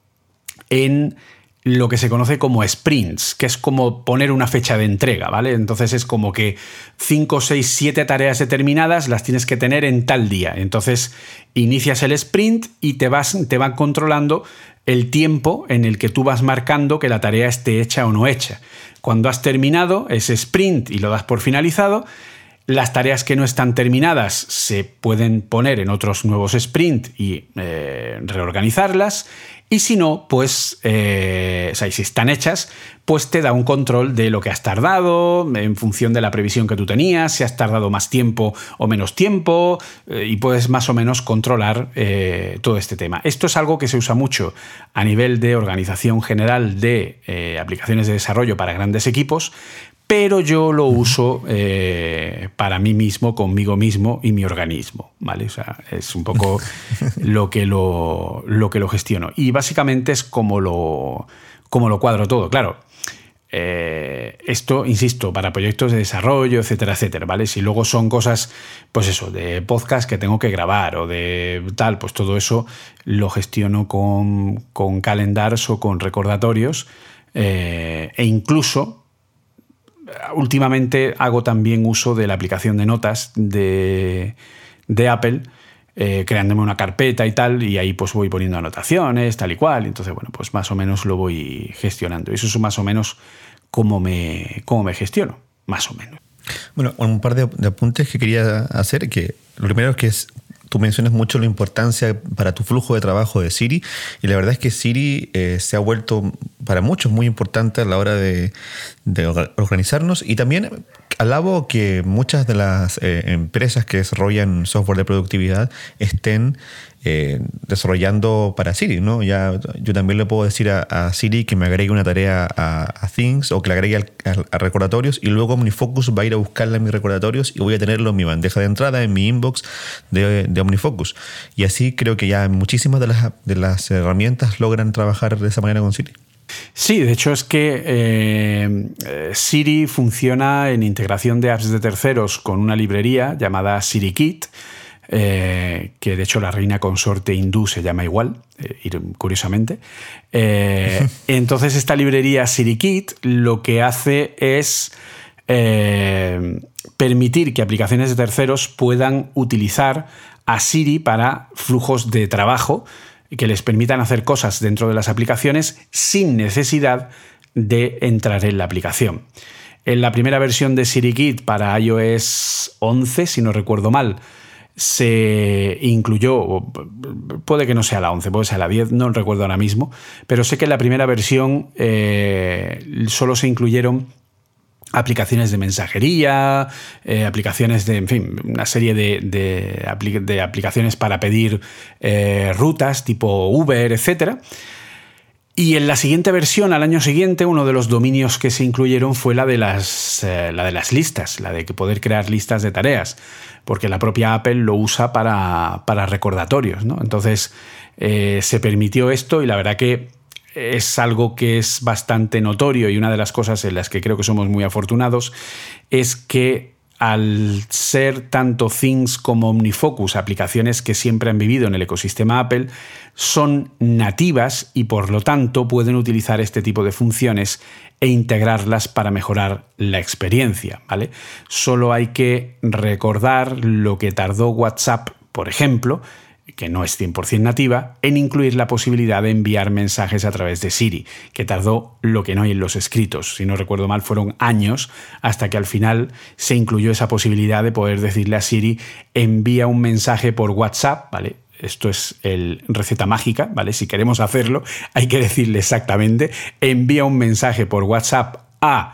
en lo que se conoce como sprints, que es como poner una fecha de entrega, ¿vale? Entonces es como que cinco, seis, siete tareas determinadas las tienes que tener en tal día. Entonces inicias el sprint y te vas, te van controlando el tiempo en el que tú vas marcando que la tarea esté hecha o no hecha. Cuando has terminado ese sprint y lo das por finalizado, las tareas que no están terminadas se pueden poner en otros nuevos sprint y eh, reorganizarlas. Y si no, pues, eh, o sea, si están hechas, pues te da un control de lo que has tardado en función de la previsión que tú tenías, si has tardado más tiempo o menos tiempo, eh, y puedes más o menos controlar eh, todo este tema. Esto es algo que se usa mucho a nivel de organización general de eh, aplicaciones de desarrollo para grandes equipos, pero yo lo uso eh, para mí mismo, conmigo mismo y mi organismo, ¿vale? O sea, es un poco lo que lo, lo que lo gestiono. Y básicamente es como lo, como lo cuadro todo. Claro, eh, esto, insisto, para proyectos de desarrollo, etcétera, etcétera, ¿vale? Si luego son cosas, pues eso, de podcast que tengo que grabar o de tal, pues todo eso lo gestiono con, con calendars o con recordatorios, eh, e incluso últimamente hago también uso de la aplicación de notas de, de Apple, eh, creándome una carpeta y tal, y ahí pues voy poniendo anotaciones, tal y cual. Entonces, bueno, pues más o menos lo voy gestionando. Eso es más o menos cómo me, cómo me gestiono, más o menos. Bueno, un par de, de apuntes que quería hacer, que lo primero es que es, tú mencionas mucho la importancia para tu flujo de trabajo de Siri, y la verdad es que Siri eh, se ha vuelto para muchos muy importante a la hora de, de organizarnos, y también alabo que muchas de las eh, empresas que desarrollan software de productividad estén eh, desarrollando para Siri, ¿no? Ya, yo también le puedo decir a, a Siri que me agregue una tarea a, a Things o que la agregue a, a, a recordatorios, y luego OmniFocus va a ir a buscarla en mis recordatorios y voy a tenerlo en mi bandeja de entrada, en mi inbox de, de OmniFocus. Y así creo que ya muchísimas de las, de las herramientas logran trabajar de esa manera con Siri. Sí, de hecho es que eh, Siri funciona en integración de apps de terceros con una librería llamada SiriKit, eh, que de hecho la reina consorte hindú se llama igual, eh, curiosamente. Eh, entonces esta librería SiriKit lo que hace es eh, permitir que aplicaciones de terceros puedan utilizar a Siri para flujos de trabajo que les permitan hacer cosas dentro de las aplicaciones sin necesidad de entrar en la aplicación. En la primera versión de SiriKit para iOS once, si no recuerdo mal, se incluyó, puede que no sea la once, puede ser la diez, no recuerdo ahora mismo, pero sé que en la primera versión eh, solo se incluyeron aplicaciones de mensajería, eh, aplicaciones de, en fin, una serie de, de, apli- de aplicaciones para pedir eh, rutas tipo Uber, etcétera. Y en la siguiente versión, al año siguiente, uno de los dominios que se incluyeron fue la de las, eh, la de las listas, la de poder crear listas de tareas, porque la propia Apple lo usa para, para recordatorios, ¿no? Entonces eh, se permitió esto, y la verdad que es algo que es bastante notorio, y una de las cosas en las que creo que somos muy afortunados es que al ser tanto Things como OmniFocus aplicaciones que siempre han vivido en el ecosistema Apple, son nativas y por lo tanto pueden utilizar este tipo de funciones e integrarlas para mejorar la experiencia, ¿vale? Solo hay que recordar lo que tardó WhatsApp, por ejemplo, que no es cien por ciento nativa, en incluir la posibilidad de enviar mensajes a través de Siri, que tardó lo que no hay en los escritos. Si no recuerdo mal, fueron años hasta que al final se incluyó esa posibilidad de poder decirle a Siri: envía un mensaje por WhatsApp, ¿vale? Esto es el receta mágica, ¿vale? Si queremos hacerlo, hay que decirle exactamente: envía un mensaje por WhatsApp a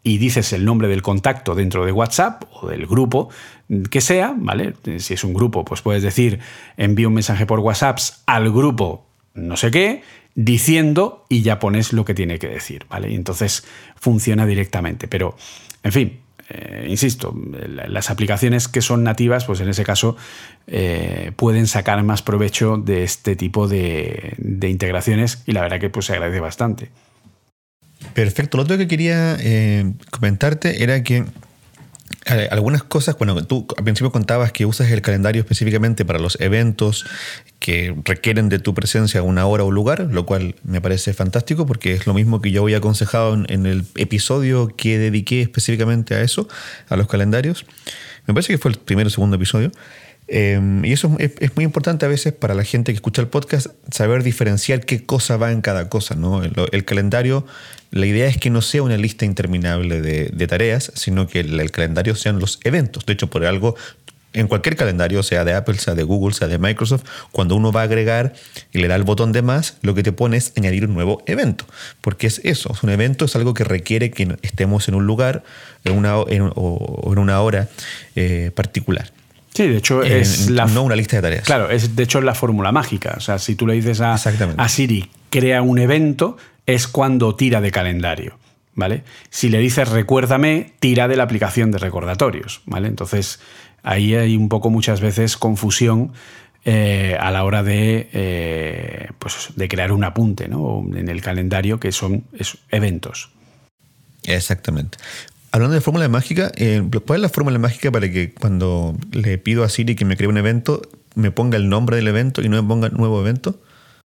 y dices el nombre del contacto dentro de WhatsApp o del grupo que sea, ¿vale? Si es un grupo, pues puedes decir envío un mensaje por WhatsApp al grupo no sé qué, diciendo y ya pones lo que tiene que decir, ¿vale? Y entonces funciona directamente. Pero, en fin, eh, insisto, las aplicaciones que son nativas, pues en ese caso eh, pueden sacar más provecho de este tipo de, de integraciones y la verdad que pues se agradece bastante. Perfecto. Lo otro que quería eh, comentarte era que algunas cosas, bueno, tú al principio contabas que usas el calendario específicamente para los eventos que requieren de tu presencia a una hora o lugar, lo cual me parece fantástico porque es lo mismo que yo había aconsejado en, en el episodio que dediqué específicamente a eso, a los calendarios. Me parece que fue el primer o segundo episodio. Eh, y eso es, es muy importante a veces para la gente que escucha el podcast, saber diferenciar qué cosa va en cada cosa, ¿no? El, el calendario, la idea es que no sea una lista interminable de, de tareas, sino que el, el calendario sean los eventos. De hecho, por algo, en cualquier calendario, sea de Apple, sea de Google, sea de Microsoft, cuando uno va a agregar y le da el botón de más, lo que te pone es añadir un nuevo evento. Porque es eso, es un evento es algo que requiere que estemos en un lugar en una, en, o en una hora eh, particular. Sí, de hecho es eh, la, no una lista de tareas. Claro, es de hecho es la fórmula mágica. O sea, si tú le dices a, a Siri, crea un evento, es cuando tira de calendario, ¿vale? Si le dices recuérdame, tira de la aplicación de recordatorios, ¿vale? Entonces, ahí hay un poco muchas veces confusión eh, a la hora de, eh, pues, de crear un apunte, ¿no? En el calendario, que son es, eventos. Exactamente. Hablando de fórmula mágica, eh, ¿cuál es la fórmula mágica para que cuando le pido a Siri que me cree un evento, me ponga el nombre del evento y no me ponga nuevo evento?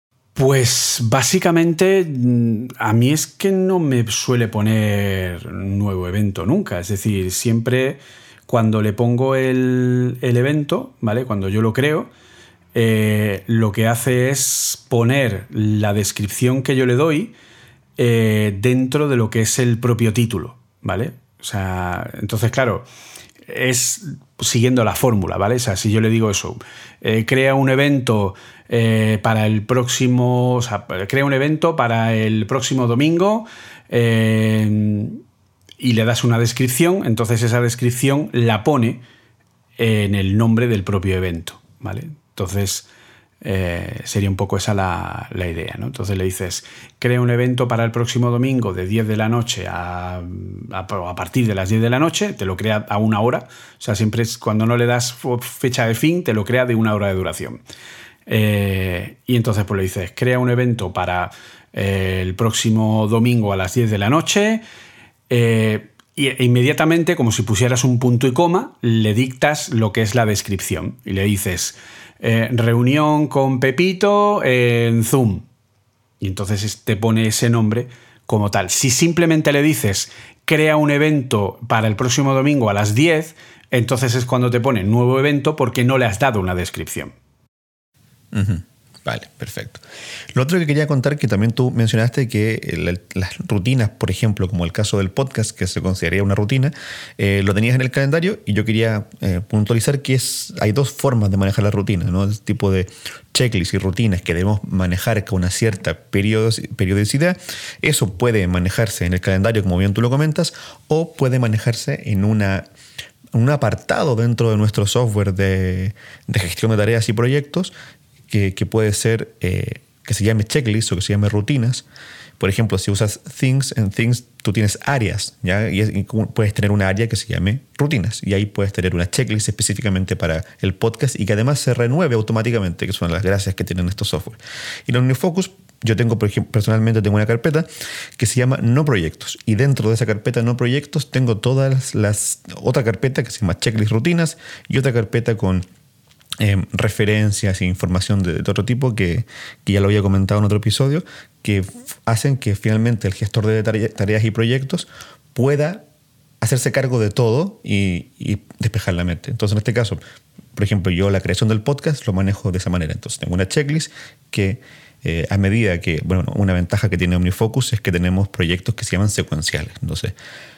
Pues básicamente a mí es que no me suele poner nuevo evento nunca. Es decir, siempre cuando le pongo el, el evento, ¿vale? Cuando yo lo creo, eh, lo que hace es poner la descripción que yo le doy eh, dentro de lo que es el propio título, ¿vale? O sea, entonces, claro, es siguiendo la fórmula, ¿vale? O sea, si yo le digo eso, eh, crea un evento eh, para el próximo, o sea, crea un evento para el próximo domingo eh, y le das una descripción, entonces esa descripción la pone en el nombre del propio evento, ¿vale? Entonces eh, sería un poco esa la, la idea, ¿no? Entonces le dices, crea un evento para el próximo domingo de diez de la noche a, a, a partir de las diez de la noche, te lo crea a una hora, o sea, siempre es cuando no le das fecha de fin, te lo crea de una hora de duración. Eh, y entonces pues le dices, crea un evento para eh, el próximo domingo a las diez de la noche, eh, e inmediatamente, como si pusieras un punto y coma, le dictas lo que es la descripción y le dices eh, reunión con Pepito en Zoom, y entonces te pone ese nombre como tal. Si simplemente le dices crea un evento para el próximo domingo a las diez, entonces es cuando te pone nuevo evento porque no le has dado una descripción. Uh-huh. Vale, perfecto. Lo otro que quería contar, que también tú mencionaste que la, las rutinas, por ejemplo, como el caso del podcast, que se consideraría una rutina, eh, lo tenías en el calendario, y yo quería eh, puntualizar que es, hay dos formas de manejar la rutina, ¿no? El tipo de checklists y rutinas que debemos manejar con una cierta periodicidad. Eso puede manejarse en el calendario, como bien tú lo comentas, o puede manejarse en una un apartado dentro de nuestro software de, de gestión de tareas y proyectos, Que, que puede ser eh, que se llame checklist o que se llame rutinas. Por ejemplo, si usas Things, en Things tú tienes áreas, ¿ya? Y, es, y puedes tener una área que se llame rutinas, y ahí puedes tener una checklist específicamente para el podcast y que además se renueve automáticamente, que son las gracias que tienen estos software. Y en OmniFocus yo tengo, por ejemplo, personalmente tengo una carpeta que se llama no proyectos, y dentro de esa carpeta no proyectos tengo todas las, otra carpeta que se llama checklist rutinas y otra carpeta con Eh, referencias e información de, de otro tipo que, que ya lo había comentado en otro episodio, que f- hacen que finalmente el gestor de tare- tareas y proyectos pueda hacerse cargo de todo y, y despejar la mente. Entonces, en este caso, por ejemplo, yo la creación del podcast lo manejo de esa manera. Entonces, tengo una checklist que eh, a medida que, bueno, una ventaja que tiene OmniFocus es que tenemos proyectos que se llaman secuenciales. Entonces,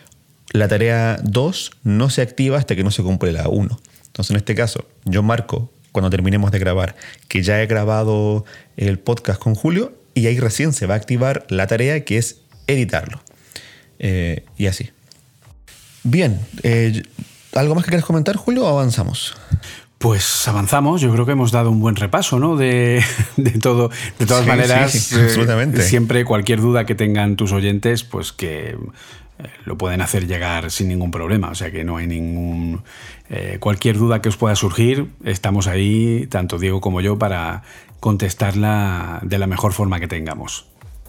la tarea dos no se activa hasta que no se cumple la uno. Entonces, en este caso, yo marco cuando terminemos de grabar que ya he grabado el podcast con Julio, y ahí recién se va a activar la tarea que es editarlo. Eh, y así. Bien, eh, ¿algo más que quieras comentar, Julio, o avanzamos? Pues avanzamos, yo creo que hemos dado un buen repaso, ¿no? De, de todo. De todas sí, maneras, sí, absolutamente. Eh, siempre cualquier duda que tengan tus oyentes, pues que lo pueden hacer llegar sin ningún problema. O sea que no hay ningún... Eh, cualquier duda que os pueda surgir, estamos ahí, tanto Diego como yo, para contestarla de la mejor forma que tengamos.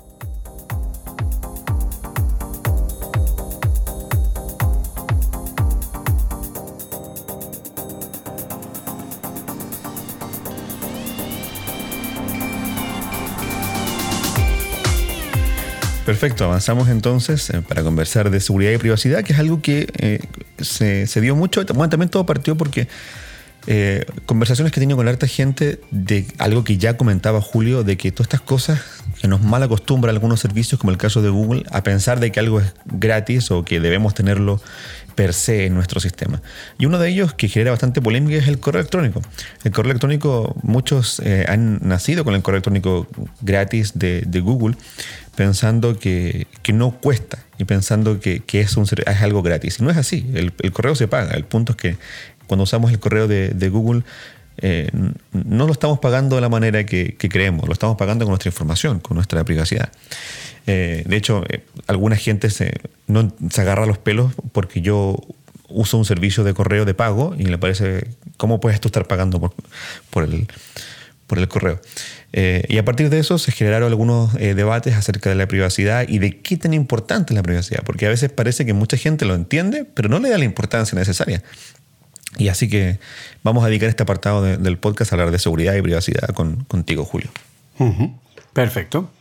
Perfecto, avanzamos entonces eh, para conversar de seguridad y privacidad, que es algo que eh, se, se dio mucho. Bueno, también todo partió porque eh, conversaciones que he tenido con harta gente de algo que ya comentaba Julio, de que todas estas cosas que nos mal acostumbran algunos servicios, como el caso de Google, a pensar de que algo es gratis o que debemos tenerlo per se en nuestro sistema. Y uno de ellos que genera bastante polémica es el correo electrónico. El correo electrónico, muchos eh, han nacido con el correo electrónico gratis de, de Google, pensando que, que no cuesta y pensando que, que es, un, es algo gratis. Y no es así, el, el correo se paga. El punto es que cuando usamos el correo de, de Google, eh, no lo estamos pagando de la manera que, que creemos, lo estamos pagando con nuestra información, con nuestra privacidad. Eh, de hecho, eh, alguna gente se, no, se agarra los pelos porque yo uso un servicio de correo de pago y le parece, ¿cómo puedes tú estar pagando por, por, el, por el correo? Eh, y a partir de eso se generaron algunos eh, debates acerca de la privacidad y de qué tan importante es la privacidad, porque a veces parece que mucha gente lo entiende, pero no le da la importancia necesaria. Y así que vamos a dedicar este apartado de, del podcast a hablar de seguridad y privacidad con, contigo, Julio. Uh-huh. Perfecto.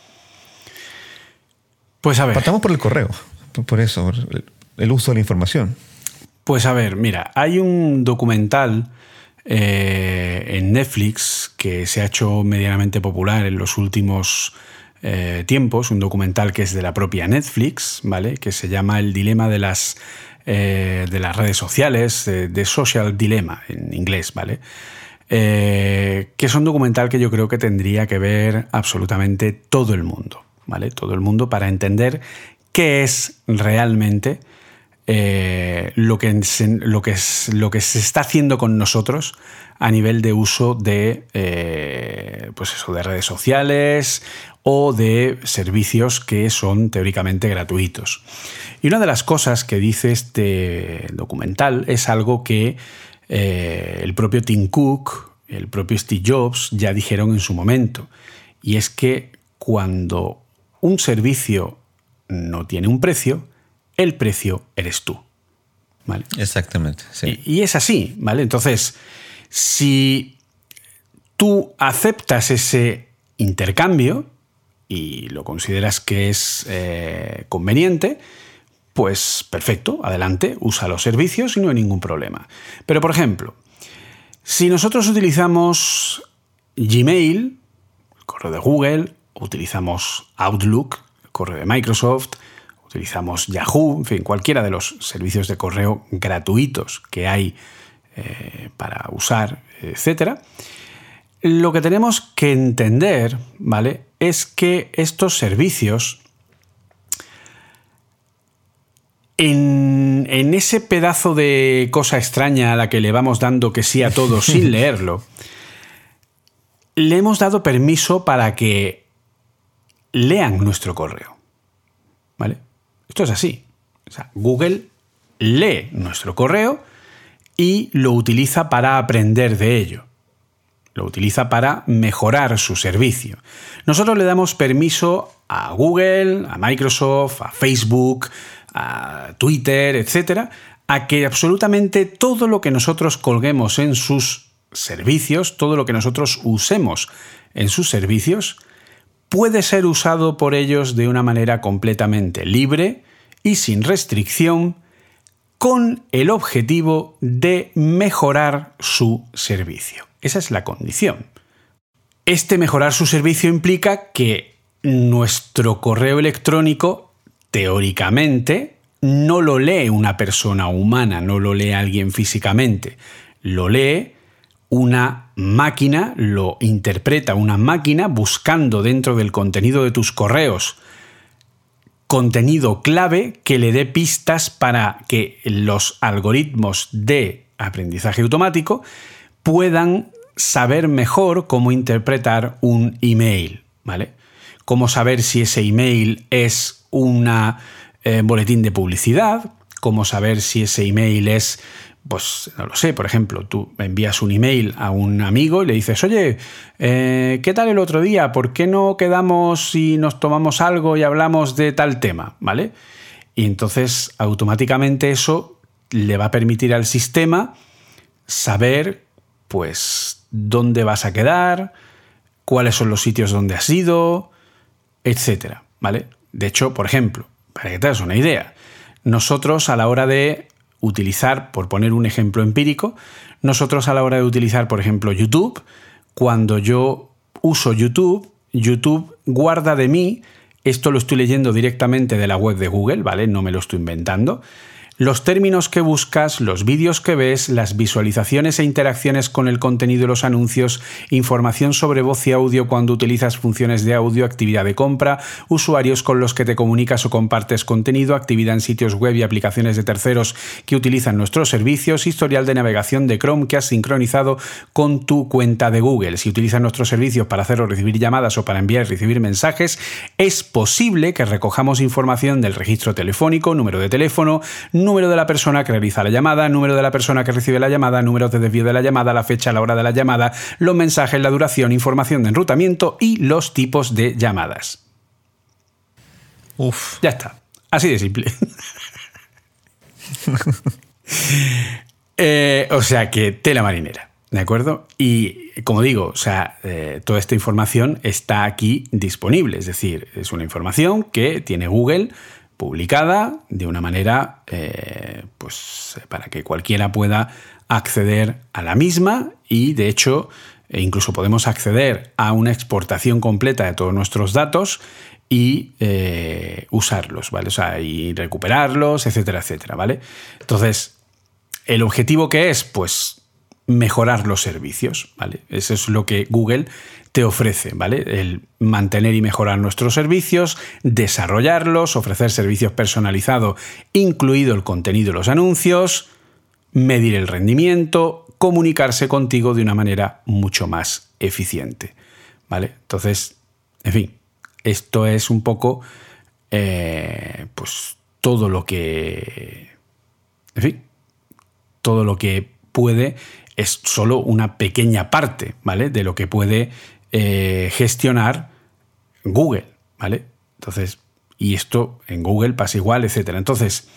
Pues a ver. Partamos por el correo, por eso, por el uso de la información. Pues a ver, mira, hay un documental eh, en Netflix que se ha hecho medianamente popular en los últimos eh, tiempos, un documental que es de la propia Netflix, ¿vale? Que se llama El dilema de las, eh, de las redes sociales, eh, The Social Dilemma en inglés, ¿vale? Eh, que es un documental que yo creo que tendría que ver absolutamente todo el mundo, ¿vale? Todo el mundo para entender qué es realmente eh, lo, que se, lo, que es, lo que se está haciendo con nosotros a nivel de uso de, eh, pues eso, de redes sociales o de servicios que son teóricamente gratuitos. Y una de las cosas que dice este documental es algo que eh, el propio Tim Cook, el propio Steve Jobs ya dijeron en su momento, y es que cuando un servicio no tiene un precio, el precio eres tú, ¿vale? Exactamente, sí. Y, y es así, ¿vale? Entonces, si tú aceptas ese intercambio y lo consideras que es eh, conveniente, pues perfecto, adelante, usa los servicios y no hay ningún problema. Pero, por ejemplo, si nosotros utilizamos Gmail, el correo de Google, utilizamos Outlook, el correo de Microsoft, utilizamos Yahoo, en fin, cualquiera de los servicios de correo gratuitos que hay eh, para usar, etcétera, lo que tenemos que entender, ¿vale?, es que estos servicios, en, en ese pedazo de cosa extraña a la que le vamos dando que sí a todo sin leerlo, le hemos dado permiso para que lean nuestro correo, ¿vale? Esto es así. O sea, Google lee nuestro correo y lo utiliza para aprender de ello. Lo utiliza para mejorar su servicio. Nosotros le damos permiso a Google, a Microsoft, a Facebook, a Twitter, etcétera, a que absolutamente todo lo que nosotros colguemos en sus servicios, todo lo que nosotros usemos en sus servicios, puede ser usado por ellos de una manera completamente libre y sin restricción, con el objetivo de mejorar su servicio. Esa es la condición. Este mejorar su servicio implica que nuestro correo electrónico, teóricamente, no lo lee una persona humana, no lo lee alguien físicamente, lo lee una máquina, lo interpreta una máquina buscando dentro del contenido de tus correos contenido clave que le dé pistas para que los algoritmos de aprendizaje automático puedan saber mejor cómo interpretar un email, ¿vale? Cómo saber si ese email es un eh, boletín de publicidad, cómo saber si ese email es, pues no lo sé, por ejemplo, tú envías un email a un amigo y le dices, oye, eh, ¿qué tal el otro día? ¿Por qué no quedamos y nos tomamos algo y hablamos de tal tema? ¿Vale? Y entonces automáticamente eso le va a permitir al sistema saber, pues, dónde vas a quedar, cuáles son los sitios donde has ido, etcétera, ¿vale? De hecho, por ejemplo, para que te hagas una idea, nosotros a la hora de utilizar, por poner un ejemplo empírico, nosotros a la hora de utilizar, por ejemplo, YouTube, cuando yo uso YouTube, YouTube guarda de mí, esto lo estoy leyendo directamente de la web de Google, ¿vale? No me lo estoy inventando, los términos que buscas, los vídeos que ves, las visualizaciones e interacciones con el contenido de los anuncios, información sobre voz y audio cuando utilizas funciones de audio, actividad de compra, usuarios con los que te comunicas o compartes contenido, actividad en sitios web y aplicaciones de terceros que utilizan nuestros servicios, historial de navegación de Chrome que has sincronizado con tu cuenta de Google. Si utilizas nuestros servicios para hacer o recibir llamadas o para enviar y recibir mensajes, es posible que recojamos información del registro telefónico, número de teléfono, número de la persona que realiza la llamada, número de la persona que recibe la llamada, números de desvío de la llamada, la fecha, la hora de la llamada, los mensajes, la duración, información de enrutamiento y los tipos de llamadas. Uf. Ya está. Así de simple. eh, o sea que tela marinera, ¿de acuerdo? Y como digo, o sea, eh, toda esta información está aquí disponible. Es decir, es una información que tiene Google publicada de una manera eh, pues, para que cualquiera pueda acceder a la misma y, de hecho, incluso podemos acceder a una exportación completa de todos nuestros datos y eh, usarlos, ¿vale? O sea, y recuperarlos, etcétera, etcétera, ¿vale? Entonces, ¿el objetivo qué es? Pues mejorar los servicios, ¿vale? Eso es lo que Google te ofrece, ¿vale? El mantener y mejorar nuestros servicios, desarrollarlos, ofrecer servicios personalizados, incluido el contenido de los anuncios, medir el rendimiento, comunicarse contigo de una manera mucho más eficiente, ¿vale? Entonces, en fin, esto es un poco eh, pues todo lo que, en fin, todo lo que puede es solo una pequeña parte, ¿vale? De lo que puede eh, gestionar Google, ¿vale? Entonces, y esto en Google pasa igual, etcétera. Entonces,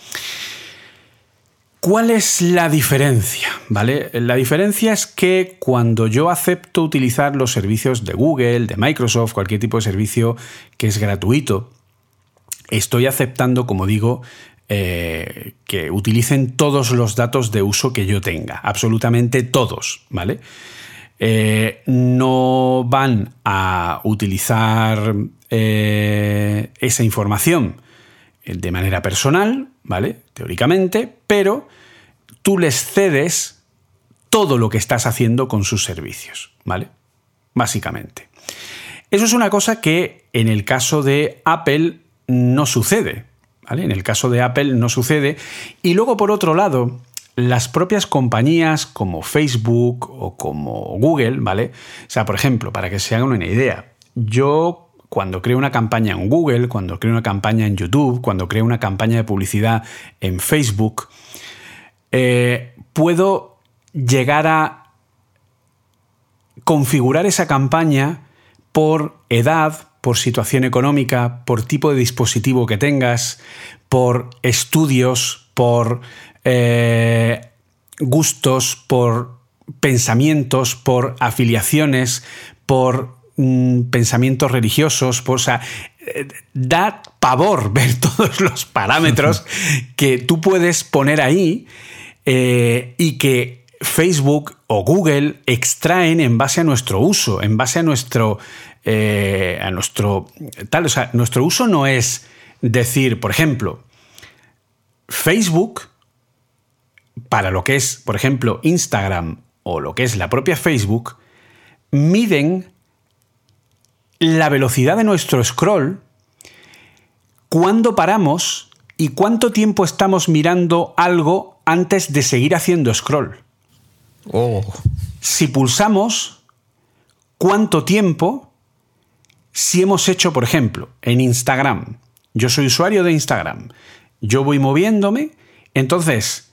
¿cuál es la diferencia? ¿Vale? La diferencia es que cuando yo acepto utilizar los servicios de Google, de Microsoft, cualquier tipo de servicio que es gratuito, estoy aceptando, como digo, Eh, que utilicen todos los datos de uso que yo tenga, absolutamente todos, ¿vale? Eh, no van a utilizar eh, esa información de manera personal, ¿vale? Teóricamente, pero tú les cedes todo lo que estás haciendo con sus servicios, ¿vale? Básicamente. Eso es una cosa que en el caso de Apple no sucede, ¿vale? En el caso de Apple no sucede. Y luego, por otro lado, las propias compañías como Facebook o como Google, ¿vale? O sea, por ejemplo, para que se hagan una idea, yo cuando creo una campaña en Google, cuando creo una campaña en YouTube, cuando creo una campaña de publicidad en Facebook, eh, puedo llegar a configurar esa campaña por edad, por situación económica, por tipo de dispositivo que tengas, por estudios, por eh, gustos, por pensamientos, por afiliaciones, por mm, pensamientos religiosos, por, o sea, eh, da pavor ver todos los parámetros que tú puedes poner ahí eh, y que Facebook o Google extraen en base a nuestro uso, en base a nuestro Eh, a nuestro tal, o sea, nuestro uso no es decir, por ejemplo, Facebook, para lo que es, por ejemplo, Instagram o lo que es la propia Facebook, miden la velocidad de nuestro scroll ¿cuándo paramos y cuánto tiempo estamos mirando algo antes de seguir haciendo scroll? Oh. Si pulsamos, ¿cuánto tiempo? Si hemos hecho, por ejemplo, en Instagram. Yo soy usuario de Instagram. Yo voy moviéndome. Entonces,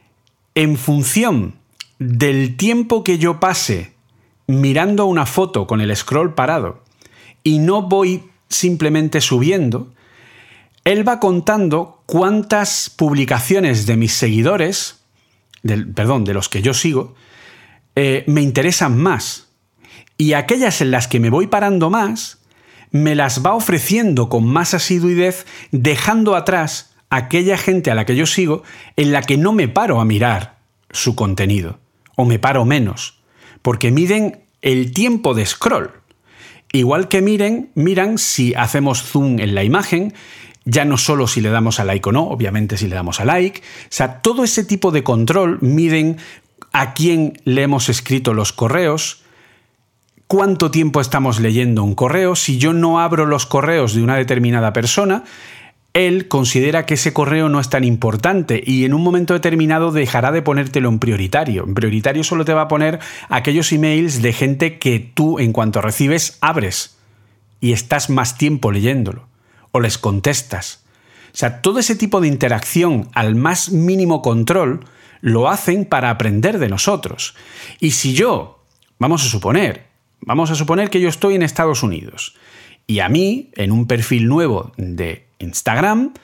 en función del tiempo que yo pase mirando una foto con el scroll parado y no voy simplemente subiendo, él va contando cuántas publicaciones de mis seguidores, del, perdón, de los que yo sigo, eh, me interesan más. Y aquellas en las que me voy parando más, me las va ofreciendo con más asiduidad, dejando atrás aquella gente a la que yo sigo en la que no me paro a mirar su contenido, o me paro menos, porque miden el tiempo de scroll. Igual que miren, miran si hacemos zoom en la imagen, ya no solo si le damos a like o no, obviamente si le damos a like. O sea, todo ese tipo de control miden a quién le hemos escrito los correos, cuánto tiempo estamos leyendo un correo. Si yo no abro los correos de una determinada persona, él considera que ese correo no es tan importante y en un momento determinado dejará de ponértelo en prioritario. En prioritario solo te va a poner aquellos emails de gente que tú, en cuanto recibes, abres y estás más tiempo leyéndolo o les contestas. O sea, todo ese tipo de interacción al más mínimo control lo hacen para aprender de nosotros. Y si yo, vamos a suponer, vamos a suponer que yo estoy en Estados Unidos y a mí, en un perfil nuevo de Instagram,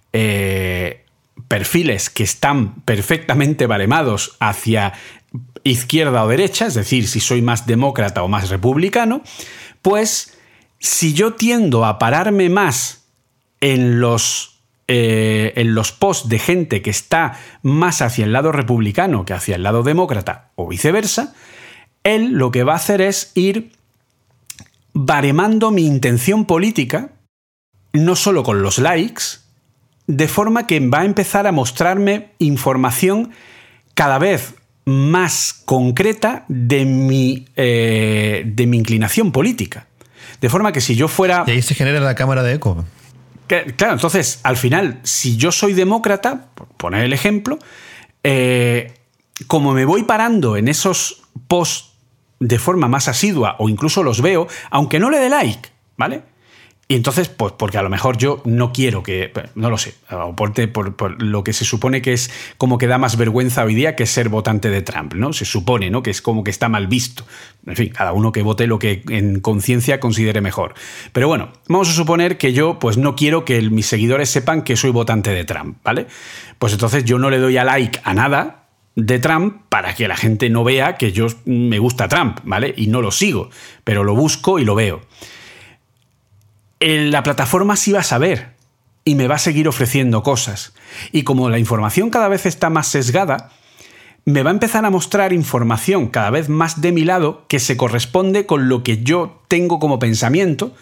eh, perfiles que están perfectamente baremados hacia izquierda o derecha, es decir, si soy más demócrata o más republicano, pues si yo tiendo a pararme más en los, eh, en los posts de gente que está más hacia el lado republicano que hacia el lado demócrata o viceversa, él lo que va a hacer es ir baremando mi intención política, no solo con los likes, de forma que va a empezar a mostrarme información cada vez más concreta de mi, eh, de mi inclinación política. De forma que si yo fuera... Y ahí se genera la cámara de eco. Que, claro, entonces, al final, si yo soy demócrata, por poner el ejemplo, eh, como me voy parando en esos posts de forma más asidua o incluso los veo, aunque no le dé like, ¿vale? Y entonces, pues porque a lo mejor yo no quiero que, no lo sé, por, por, por lo que se supone que es como que da más vergüenza hoy día, que es ser votante de Trump, ¿no? Se supone, ¿no? Que es como que está mal visto. En fin, cada uno que vote lo que en conciencia considere mejor. Pero bueno, vamos a suponer que yo pues no quiero que mis seguidores sepan que soy votante de Trump, ¿vale? Pues entonces yo no le doy a like a nada de Trump para que la gente no vea que yo me gusta Trump, ¿vale? Y no lo sigo, pero lo busco y lo veo. La plataforma sí va a saber y me va a seguir ofreciendo cosas. Y como la información cada vez está más sesgada, me va a empezar a mostrar información cada vez más de mi lado que se corresponde con lo que yo tengo como pensamiento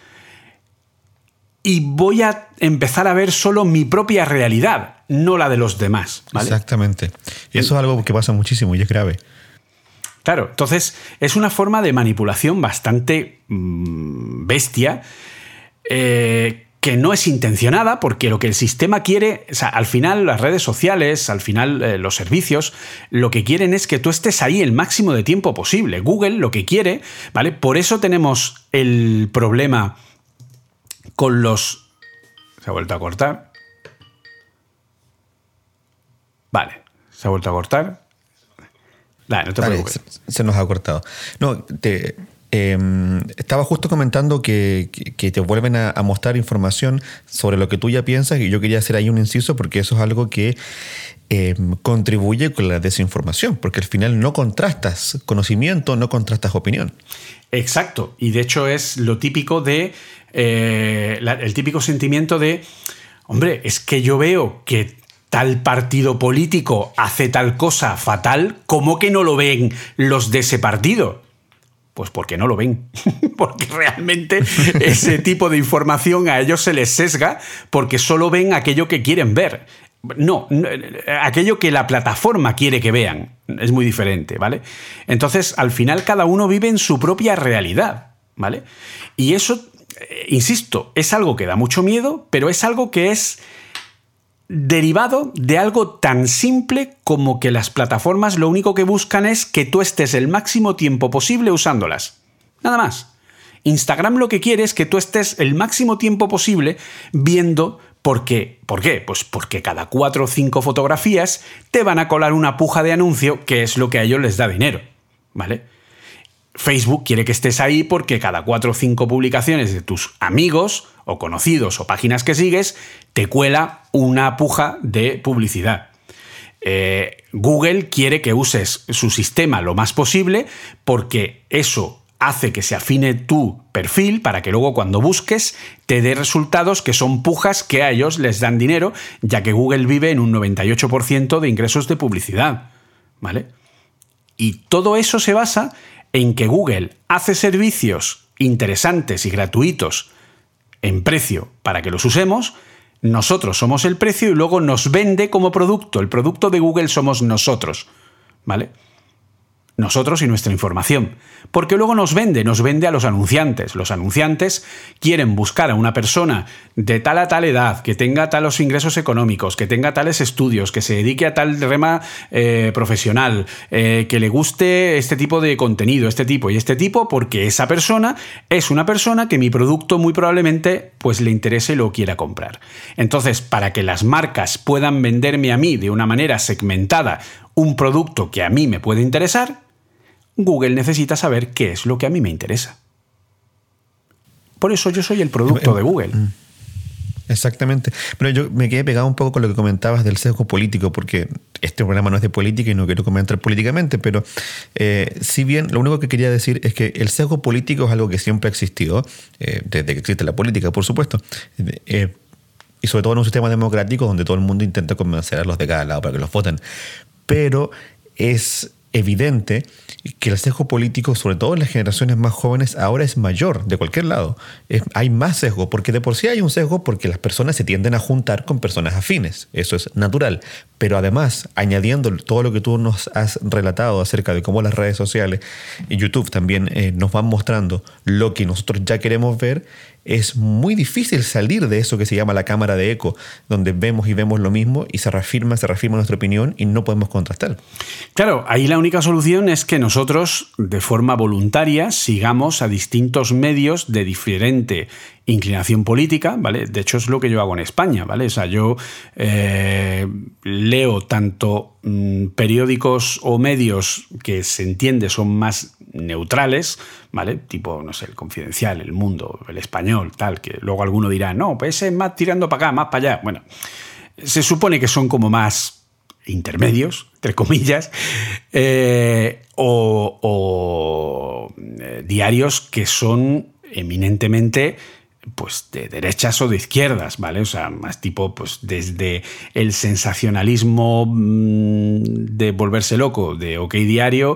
y voy a empezar a ver solo mi propia realidad, no la de los demás, ¿vale? Exactamente. Y eso es algo que pasa muchísimo y es grave. Claro, entonces es una forma de manipulación bastante mmm, bestia, Eh, que no es intencionada, porque lo que el sistema quiere, o sea, al final las redes sociales, al final eh, los servicios, lo que quieren es que tú estés ahí el máximo de tiempo posible. Google lo que quiere, ¿vale? Por eso tenemos el problema con los... Se ha vuelto a cortar. Vale, se ha vuelto a cortar. Vale, no te vale, preocupes. Se, se nos ha cortado. No, te... Eh, estaba justo comentando que, que, que te vuelven a, a mostrar información sobre lo que tú ya piensas y yo quería hacer ahí un inciso porque eso es algo que eh, contribuye con la desinformación, porque al final no contrastas conocimiento, no contrastas opinión. Exacto, y de hecho es lo típico de eh, la, el típico sentimiento de, hombre, es que yo veo que tal partido político hace tal cosa fatal, ¿cómo que no lo ven los de ese partido? Pues porque no lo ven, porque realmente ese tipo de información a ellos se les sesga porque solo ven aquello que quieren ver. No, no, aquello que la plataforma quiere que vean. Es muy diferente, ¿vale? Entonces, al final cada uno vive en su propia realidad, ¿vale? Y eso eh, insisto, es algo que da mucho miedo, pero es algo que es derivado de algo tan simple como que las plataformas lo único que buscan es que tú estés el máximo tiempo posible usándolas. Nada más. Instagram lo que quiere es que tú estés el máximo tiempo posible viendo. ¿Por qué? ¿Por qué? Pues porque cada cuatro o cinco fotografías te van a colar una puja de anuncio, que es lo que a ellos les da dinero, ¿vale? Facebook quiere que estés ahí porque cada cuatro o cinco publicaciones de tus amigos o conocidos o páginas que sigues te cuela una puja de publicidad. Eh, Google quiere que uses su sistema lo más posible porque eso hace que se afine tu perfil para que luego cuando busques te dé resultados que son pujas que a ellos les dan dinero, ya que Google vive en un noventa y ocho por ciento de ingresos de publicidad, ¿vale? Y todo eso se basa en que Google hace servicios interesantes y gratuitos en precio para que los usemos, nosotros somos el precio y luego nos vende como producto. El producto de Google somos nosotros, ¿vale? Nosotros y nuestra información. Porque luego nos vende, nos vende a los anunciantes. Los anunciantes quieren buscar a una persona de tal a tal edad, que tenga talos ingresos económicos, que tenga tales estudios, que se dedique a tal rama eh, profesional, eh, que le guste este tipo de contenido, este tipo y este tipo, porque esa persona es una persona que mi producto muy probablemente pues le interese y lo quiera comprar. Entonces, para que las marcas puedan venderme a mí de una manera segmentada un producto que a mí me puede interesar, Google necesita saber qué es lo que a mí me interesa. Por eso yo soy el producto de Google. Exactamente. Pero yo me quedé pegado un poco con lo que comentabas del sesgo político, porque este programa no es de política y no quiero comentar políticamente, pero eh, si bien lo único que quería decir es que el sesgo político es algo que siempre ha existido, eh, desde que existe la política, por supuesto, eh, y sobre todo en un sistema democrático donde todo el mundo intenta convencer a los de cada lado para que los voten. Pero es evidente que el sesgo político, sobre todo en las generaciones más jóvenes, ahora es mayor de cualquier lado. Es, hay más sesgo, porque de por sí hay un sesgo porque las personas se tienden a juntar con personas afines. Eso es natural. Pero además, añadiendo todo lo que tú nos has relatado acerca de cómo las redes sociales y YouTube también eh, nos van mostrando lo que nosotros ya queremos ver, es muy difícil salir de eso que se llama la cámara de eco, donde vemos y vemos lo mismo y se reafirma, se reafirma nuestra opinión y no podemos contrastar. Claro, ahí la única solución es que nosotros, de forma voluntaria, sigamos a distintos medios de diferente inclinación política, ¿vale? De hecho, es lo que yo hago en España, ¿vale? O sea, yo eh, leo tanto mmm, periódicos o medios que se entiende son más neutrales, ¿vale? Tipo, no sé, El Confidencial, El Mundo, El Español, tal, que luego alguno dirá, no, pues ese es más tirando para acá, más para allá. Bueno, se supone que son como más intermedios, entre comillas, eh, o, o eh, diarios que son eminentemente pues de derechas o de izquierdas, ¿vale? O sea, más tipo, pues desde el sensacionalismo mmm, de volverse loco de OK Diario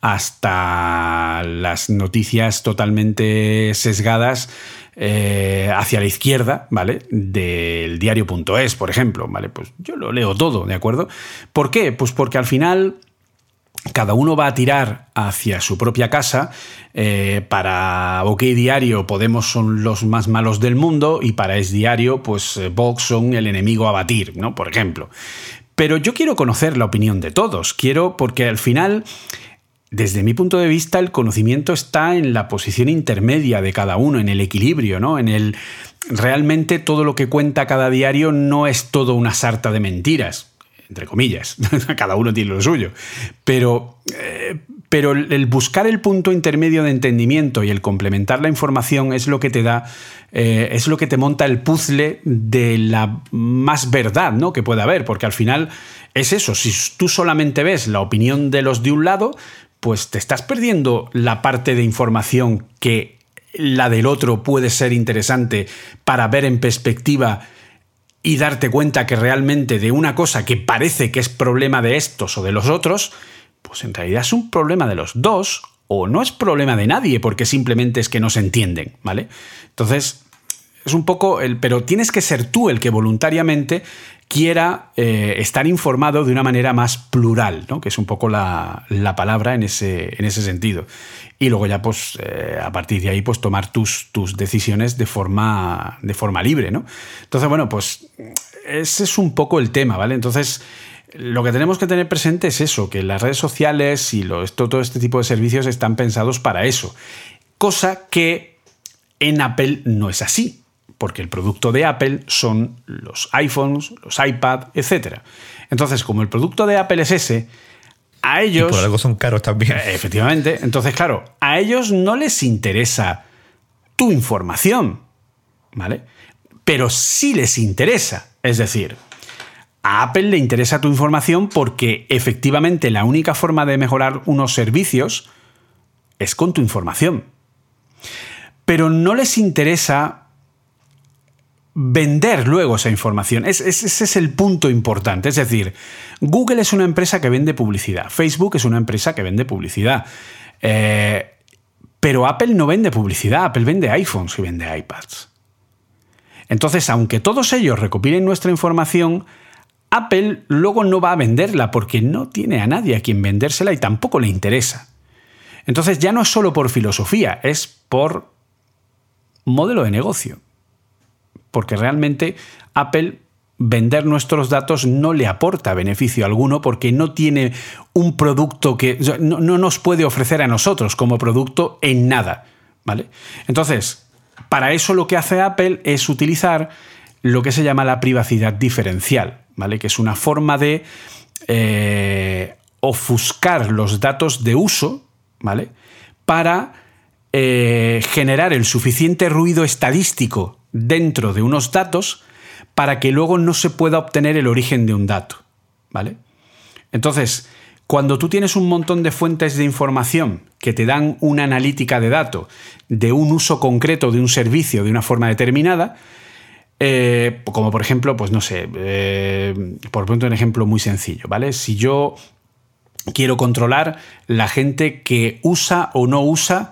hasta las noticias totalmente sesgadas eh, hacia la izquierda, ¿vale? Del diario punto es, por ejemplo, ¿vale? Pues yo lo leo todo, ¿de acuerdo? ¿Por qué? Pues porque al final cada uno va a tirar hacia su propia casa. Eh, para OK Diario, Podemos son los más malos del mundo y para Es Diario, pues Vox son el enemigo a batir, ¿no? Por ejemplo. Pero yo quiero conocer la opinión de todos. Quiero, porque al final, desde mi punto de vista, el conocimiento está en la posición intermedia de cada uno, en el equilibrio, ¿no? En el realmente todo lo que cuenta cada diario no es todo una sarta de mentiras, entre comillas, cada uno tiene lo suyo, pero, eh, pero el buscar el punto intermedio de entendimiento y el complementar la información es lo que te da, eh, es lo que te monta el puzzle de la más verdad, ¿no?, que pueda haber, porque al final es eso, si tú solamente ves la opinión de los de un lado, pues te estás perdiendo la parte de información que la del otro puede ser interesante para ver en perspectiva y darte cuenta que realmente de una cosa que parece que es problema de estos o de los otros, pues en realidad es un problema de los dos o no es problema de nadie porque simplemente es que no se entienden, ¿vale? Entonces, es un poco el... Pero tienes que ser tú el que voluntariamente quiera eh, estar informado de una manera más plural, ¿no? Que es un poco la, la palabra en ese, en ese sentido. Y luego ya, pues, eh, a partir de ahí, pues tomar tus, tus decisiones de forma, de forma libre, ¿no? Entonces, bueno, pues ese es un poco el tema, ¿vale? Entonces, lo que tenemos que tener presente es eso, que las redes sociales y lo, esto, todo este tipo de servicios están pensados para eso. Cosa que en Apple no es así, porque el producto de Apple son los iPhones, los iPad, etcétera. Entonces, como el producto de Apple es ese, a ellos... Y por algo son caros también. Efectivamente. Entonces, claro, a ellos no les interesa tu información, ¿vale? Pero sí les interesa. Es decir, a Apple le interesa tu información porque efectivamente la única forma de mejorar unos servicios es con tu información. Pero no les interesa vender luego esa información. Es, es, ese es el punto importante. Es decir, Google es una empresa que vende publicidad. Facebook es una empresa que vende publicidad. Eh, pero Apple no vende publicidad. Apple vende iPhones y vende iPads. Entonces, aunque todos ellos recopilen nuestra información, Apple luego no va a venderla porque no tiene a nadie a quien vendérsela y tampoco le interesa. Entonces ya no es solo por filosofía, es por modelo de negocio. Porque realmente Apple vender nuestros datos no le aporta beneficio alguno porque no tiene un producto que no, no nos puede ofrecer a nosotros como producto en nada, ¿vale? Entonces, para eso lo que hace Apple es utilizar lo que se llama la privacidad diferencial, ¿vale? Que es una forma de eh, ofuscar los datos de uso, ¿vale? Para eh, generar el suficiente ruido estadístico dentro de unos datos para que luego no se pueda obtener el origen de un dato, ¿vale? Entonces, cuando tú tienes un montón de fuentes de información que te dan una analítica de datos de un uso concreto de un servicio de una forma determinada, eh, como por ejemplo, pues no sé, eh, por poner un ejemplo muy sencillo, ¿vale? Si yo quiero controlar la gente que usa o no usa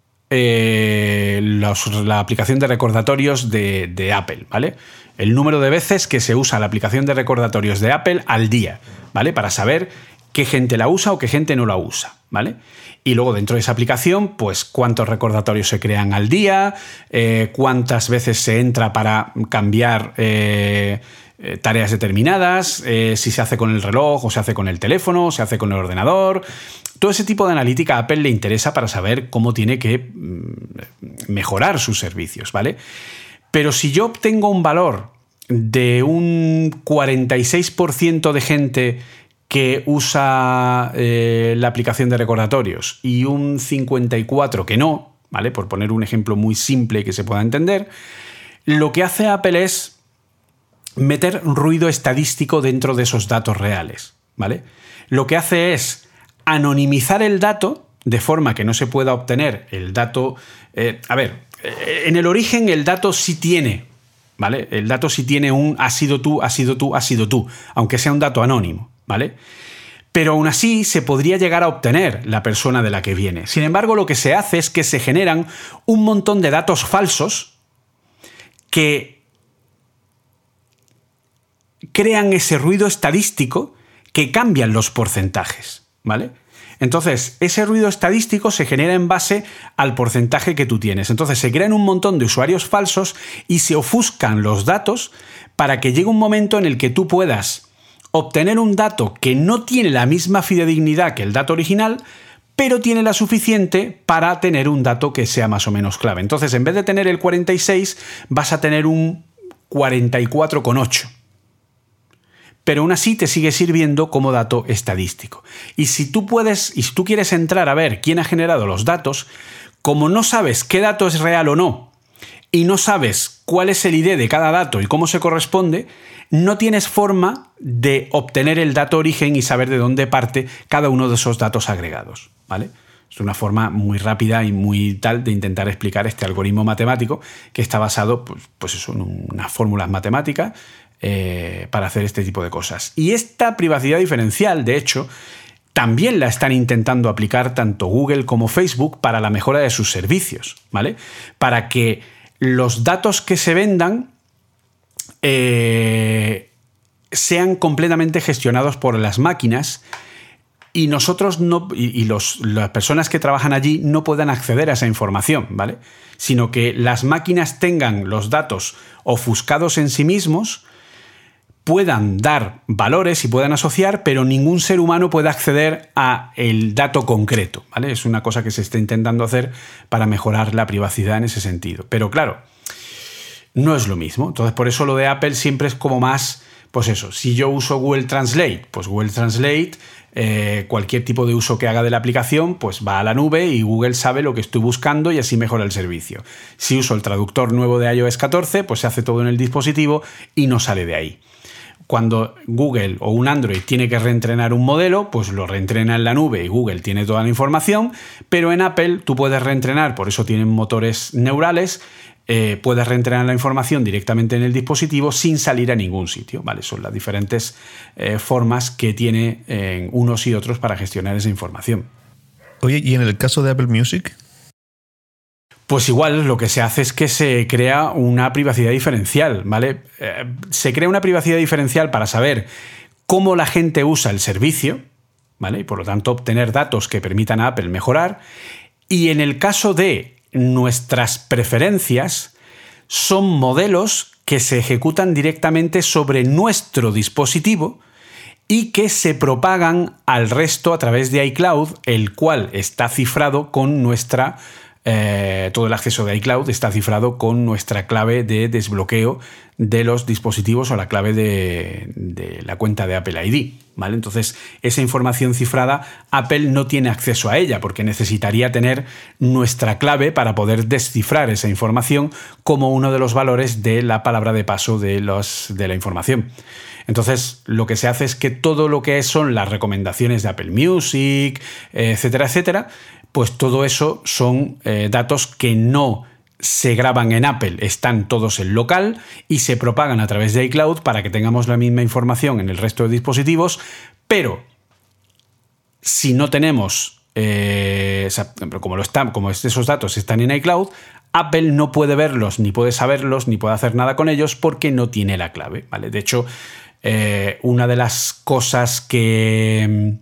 eh, los, la aplicación de recordatorios de, de Apple, ¿vale? El número de veces que se usa la aplicación de recordatorios de Apple al día, ¿vale? Para saber qué gente la usa o qué gente no la usa, ¿vale? Y luego dentro de esa aplicación, pues cuántos recordatorios se crean al día, eh, cuántas veces se entra para cambiar eh, eh, tareas determinadas, eh, si se hace con el reloj o se hace con el teléfono, o se hace con el ordenador. Todo ese tipo de analítica a Apple le interesa para saber cómo tiene que mejorar sus servicios, ¿vale? Pero si yo obtengo un valor de un cuarenta y seis por ciento de gente que usa eh, la aplicación de recordatorios y un cincuenta y cuatro por ciento que no, ¿vale? Por poner un ejemplo muy simple que se pueda entender, lo que hace Apple es meter ruido estadístico dentro de esos datos reales, ¿vale? Lo que hace es anonimizar el dato de forma que no se pueda obtener el dato... Eh, a ver, en el origen el dato sí tiene, ¿vale? El dato sí tiene un has sido tú, has sido tú, has sido tú, aunque sea un dato anónimo, ¿vale? Pero aún así se podría llegar a obtener la persona de la que viene. Sin embargo, lo que se hace es que se generan un montón de datos falsos que crean ese ruido estadístico que cambian los porcentajes, ¿vale? Entonces, ese ruido estadístico se genera en base al porcentaje que tú tienes. Entonces, se crean un montón de usuarios falsos y se ofuscan los datos para que llegue un momento en el que tú puedas obtener un dato que no tiene la misma fidedignidad que el dato original, pero tiene la suficiente para tener un dato que sea más o menos clave. Entonces, en vez de tener el cuarenta y seis, vas a tener un cuarenta y cuatro coma ocho. Pero aún así te sigue sirviendo como dato estadístico. Y si tú puedes, y si tú quieres entrar a ver quién ha generado los datos, como no sabes qué dato es real o no, y no sabes cuál es el I D de cada dato y cómo se corresponde, no tienes forma de obtener el dato origen y saber de dónde parte cada uno de esos datos agregados, ¿vale? Es una forma muy rápida y muy tal de intentar explicar este algoritmo matemático que está basado, pues, pues eso, en unas fórmulas matemáticas eh, para hacer este tipo de cosas. Y esta privacidad diferencial, de hecho, también la están intentando aplicar tanto Google como Facebook para la mejora de sus servicios, ¿vale? Para que los datos que se vendan eh, sean completamente gestionados por las máquinas y nosotros no, y, y los, las personas que trabajan allí no puedan acceder a esa información, ¿vale? Sino que las máquinas tengan los datos ofuscados en sí mismos, puedan dar valores y puedan asociar, pero ningún ser humano puede acceder a el dato concreto, ¿vale? Es una cosa que se está intentando hacer para mejorar la privacidad en ese sentido. Pero claro, no es lo mismo. Entonces, por eso lo de Apple siempre es como más, pues eso, si yo uso Google Translate, pues Google Translate, eh, cualquier tipo de uso que haga de la aplicación, pues va a la nube y Google sabe lo que estoy buscando y así mejora el servicio. Si uso el traductor nuevo de iOS catorce, pues se hace todo en el dispositivo y no sale de ahí. Cuando Google o un Android tiene que reentrenar un modelo, pues lo reentrena en la nube y Google tiene toda la información, pero en Apple tú puedes reentrenar, por eso tienen motores neurales, eh, puedes reentrenar la información directamente en el dispositivo sin salir a ningún sitio, ¿vale? Son las diferentes eh, formas que tiene eh, unos y otros para gestionar esa información. Oye, ¿y en el caso de Apple Music? Pues igual lo que se hace es que se crea una privacidad diferencial, ¿vale? Eh, se crea una privacidad diferencial para saber cómo la gente usa el servicio, ¿vale? Y por lo tanto obtener datos que permitan a Apple mejorar. Y en el caso de nuestras preferencias, son modelos que se ejecutan directamente sobre nuestro dispositivo y que se propagan al resto a través de iCloud, el cual está cifrado con nuestra... Eh, todo el acceso de iCloud está cifrado con nuestra clave de desbloqueo de los dispositivos o la clave de, de la cuenta de Apple I D, ¿vale? Entonces, esa información cifrada, Apple no tiene acceso a ella porque necesitaría tener nuestra clave para poder descifrar esa información como uno de los valores de la palabra de paso de, los, de la información. Entonces, lo que se hace es que todo lo que son las recomendaciones de Apple Music, etcétera, etcétera, pues todo eso son eh, datos que no se graban en Apple, están todos en local y se propagan a través de iCloud para que tengamos la misma información en el resto de dispositivos, pero si no tenemos, eh, como, lo están, como esos datos están en iCloud, Apple no puede verlos, ni puede saberlos, ni puede hacer nada con ellos porque no tiene la clave, ¿vale? De hecho, eh, una de las cosas que...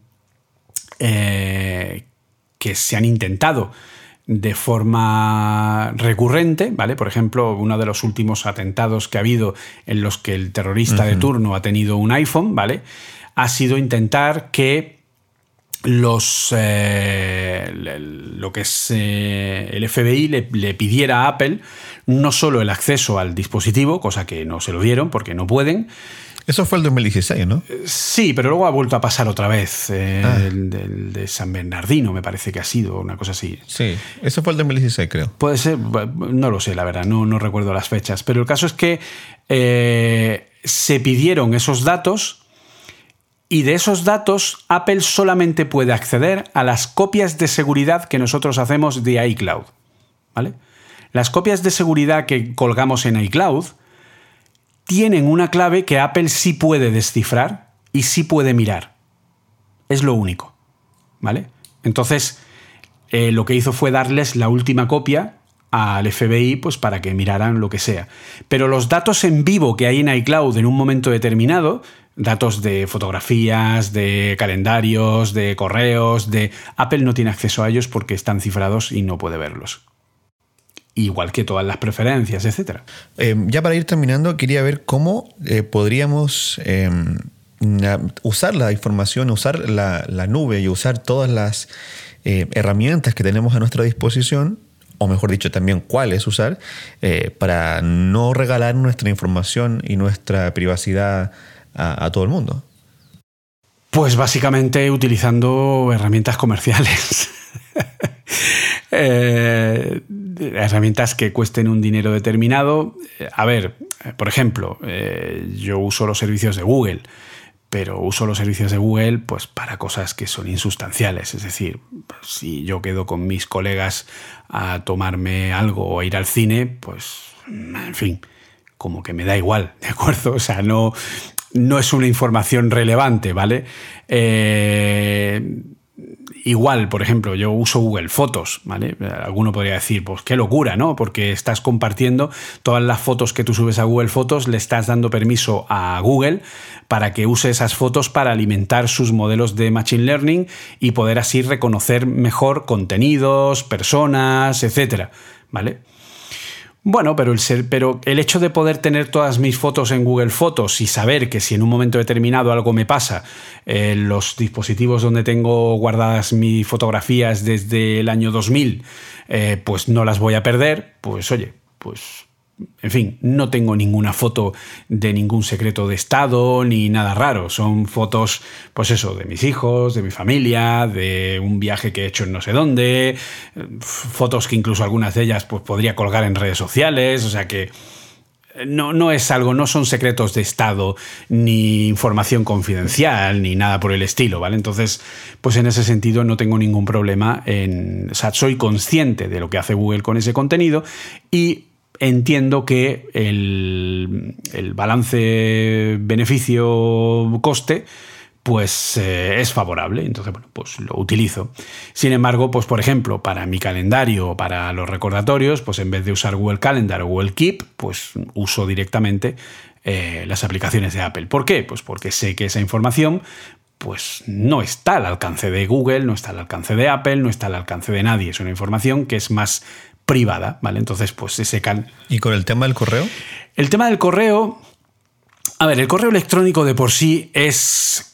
Eh, que se han intentado de forma recurrente, ¿vale? Por ejemplo, uno de los últimos atentados que ha habido en los que el terrorista uh-huh. de turno ha tenido un iPhone, ¿vale? Ha sido intentar que los eh, lo que es eh, el F B I le, le pidiera a Apple no solo el acceso al dispositivo, cosa que no se lo dieron porque no pueden. Eso fue el dos mil dieciséis, ¿no? Sí, pero luego ha vuelto a pasar otra vez. Eh, ah. el, el de San Bernardino me parece que ha sido una cosa así. Sí, eso fue el dos mil dieciséis, creo. Puede ser, no lo sé, la verdad, no, no recuerdo las fechas. Pero el caso es que eh, se pidieron esos datos y de esos datos Apple solamente puede acceder a las copias de seguridad que nosotros hacemos de iCloud, ¿vale? Las copias de seguridad que colgamos en iCloud tienen una clave que Apple sí puede descifrar y sí puede mirar. Es lo único, ¿vale? Entonces, eh, lo que hizo fue darles la última copia al F B I pues, para que miraran lo que sea. Pero los datos en vivo que hay en iCloud en un momento determinado, datos de fotografías, de calendarios, de correos, de Apple no tiene acceso a ellos porque están cifrados y no puede verlos. Igual que todas las preferencias, etcétera. Eh, ya para ir terminando, quería ver cómo eh, podríamos eh, usar la información, usar la, la nube y usar todas las eh, herramientas que tenemos a nuestra disposición, o mejor dicho, también cuáles usar, eh, para no regalar nuestra información y nuestra privacidad a, a todo el mundo. Pues básicamente utilizando herramientas comerciales. eh, herramientas que cuesten un dinero determinado. A ver, por ejemplo, eh, yo uso los servicios de Google, pero uso los servicios de Google pues, para cosas que son insustanciales. Es decir, si yo quedo con mis colegas a tomarme algo o a ir al cine, pues, en fin, como que me da igual, ¿de acuerdo? O sea, no, no es una información relevante, ¿vale? Eh... igual, por ejemplo, yo uso Google Fotos, ¿vale? Alguno podría decir, pues qué locura, ¿no? Porque estás compartiendo todas las fotos que tú subes a Google Fotos, le estás dando permiso a Google para que use esas fotos para alimentar sus modelos de Machine Learning y poder así reconocer mejor contenidos, personas, etcétera, ¿vale? Bueno, pero el, ser, pero el hecho de poder tener todas mis fotos en Google Fotos y saber que si en un momento determinado algo me pasa, eh, los dispositivos donde tengo guardadas mis fotografías desde el año dos mil, eh, pues no las voy a perder, pues oye, pues... En fin, no tengo ninguna foto de ningún secreto de Estado ni nada raro. Son fotos, pues eso, de mis hijos, de mi familia, de un viaje que he hecho en no sé dónde, fotos que incluso algunas de ellas pues, podría colgar en redes sociales. O sea que no, no es algo, no son secretos de Estado, ni información confidencial, ni nada por el estilo, ¿vale? Entonces, pues en ese sentido no tengo ningún problema en... O sea, soy consciente de lo que hace Google con ese contenido y entiendo que el, el balance beneficio-coste pues eh, es favorable, entonces bueno, pues lo utilizo. Sin embargo, pues por ejemplo, para mi calendario o para los recordatorios, pues en vez de usar Google Calendar o Google Keep, pues uso directamente eh, las aplicaciones de Apple. ¿Por qué? Pues porque sé que esa información pues no está al alcance de Google, no está al alcance de Apple, no está al alcance de nadie. Es una información que es más privada, ¿vale? Entonces, pues ese cal... ¿Y con el tema del correo? El tema del correo... A ver, el correo electrónico de por sí es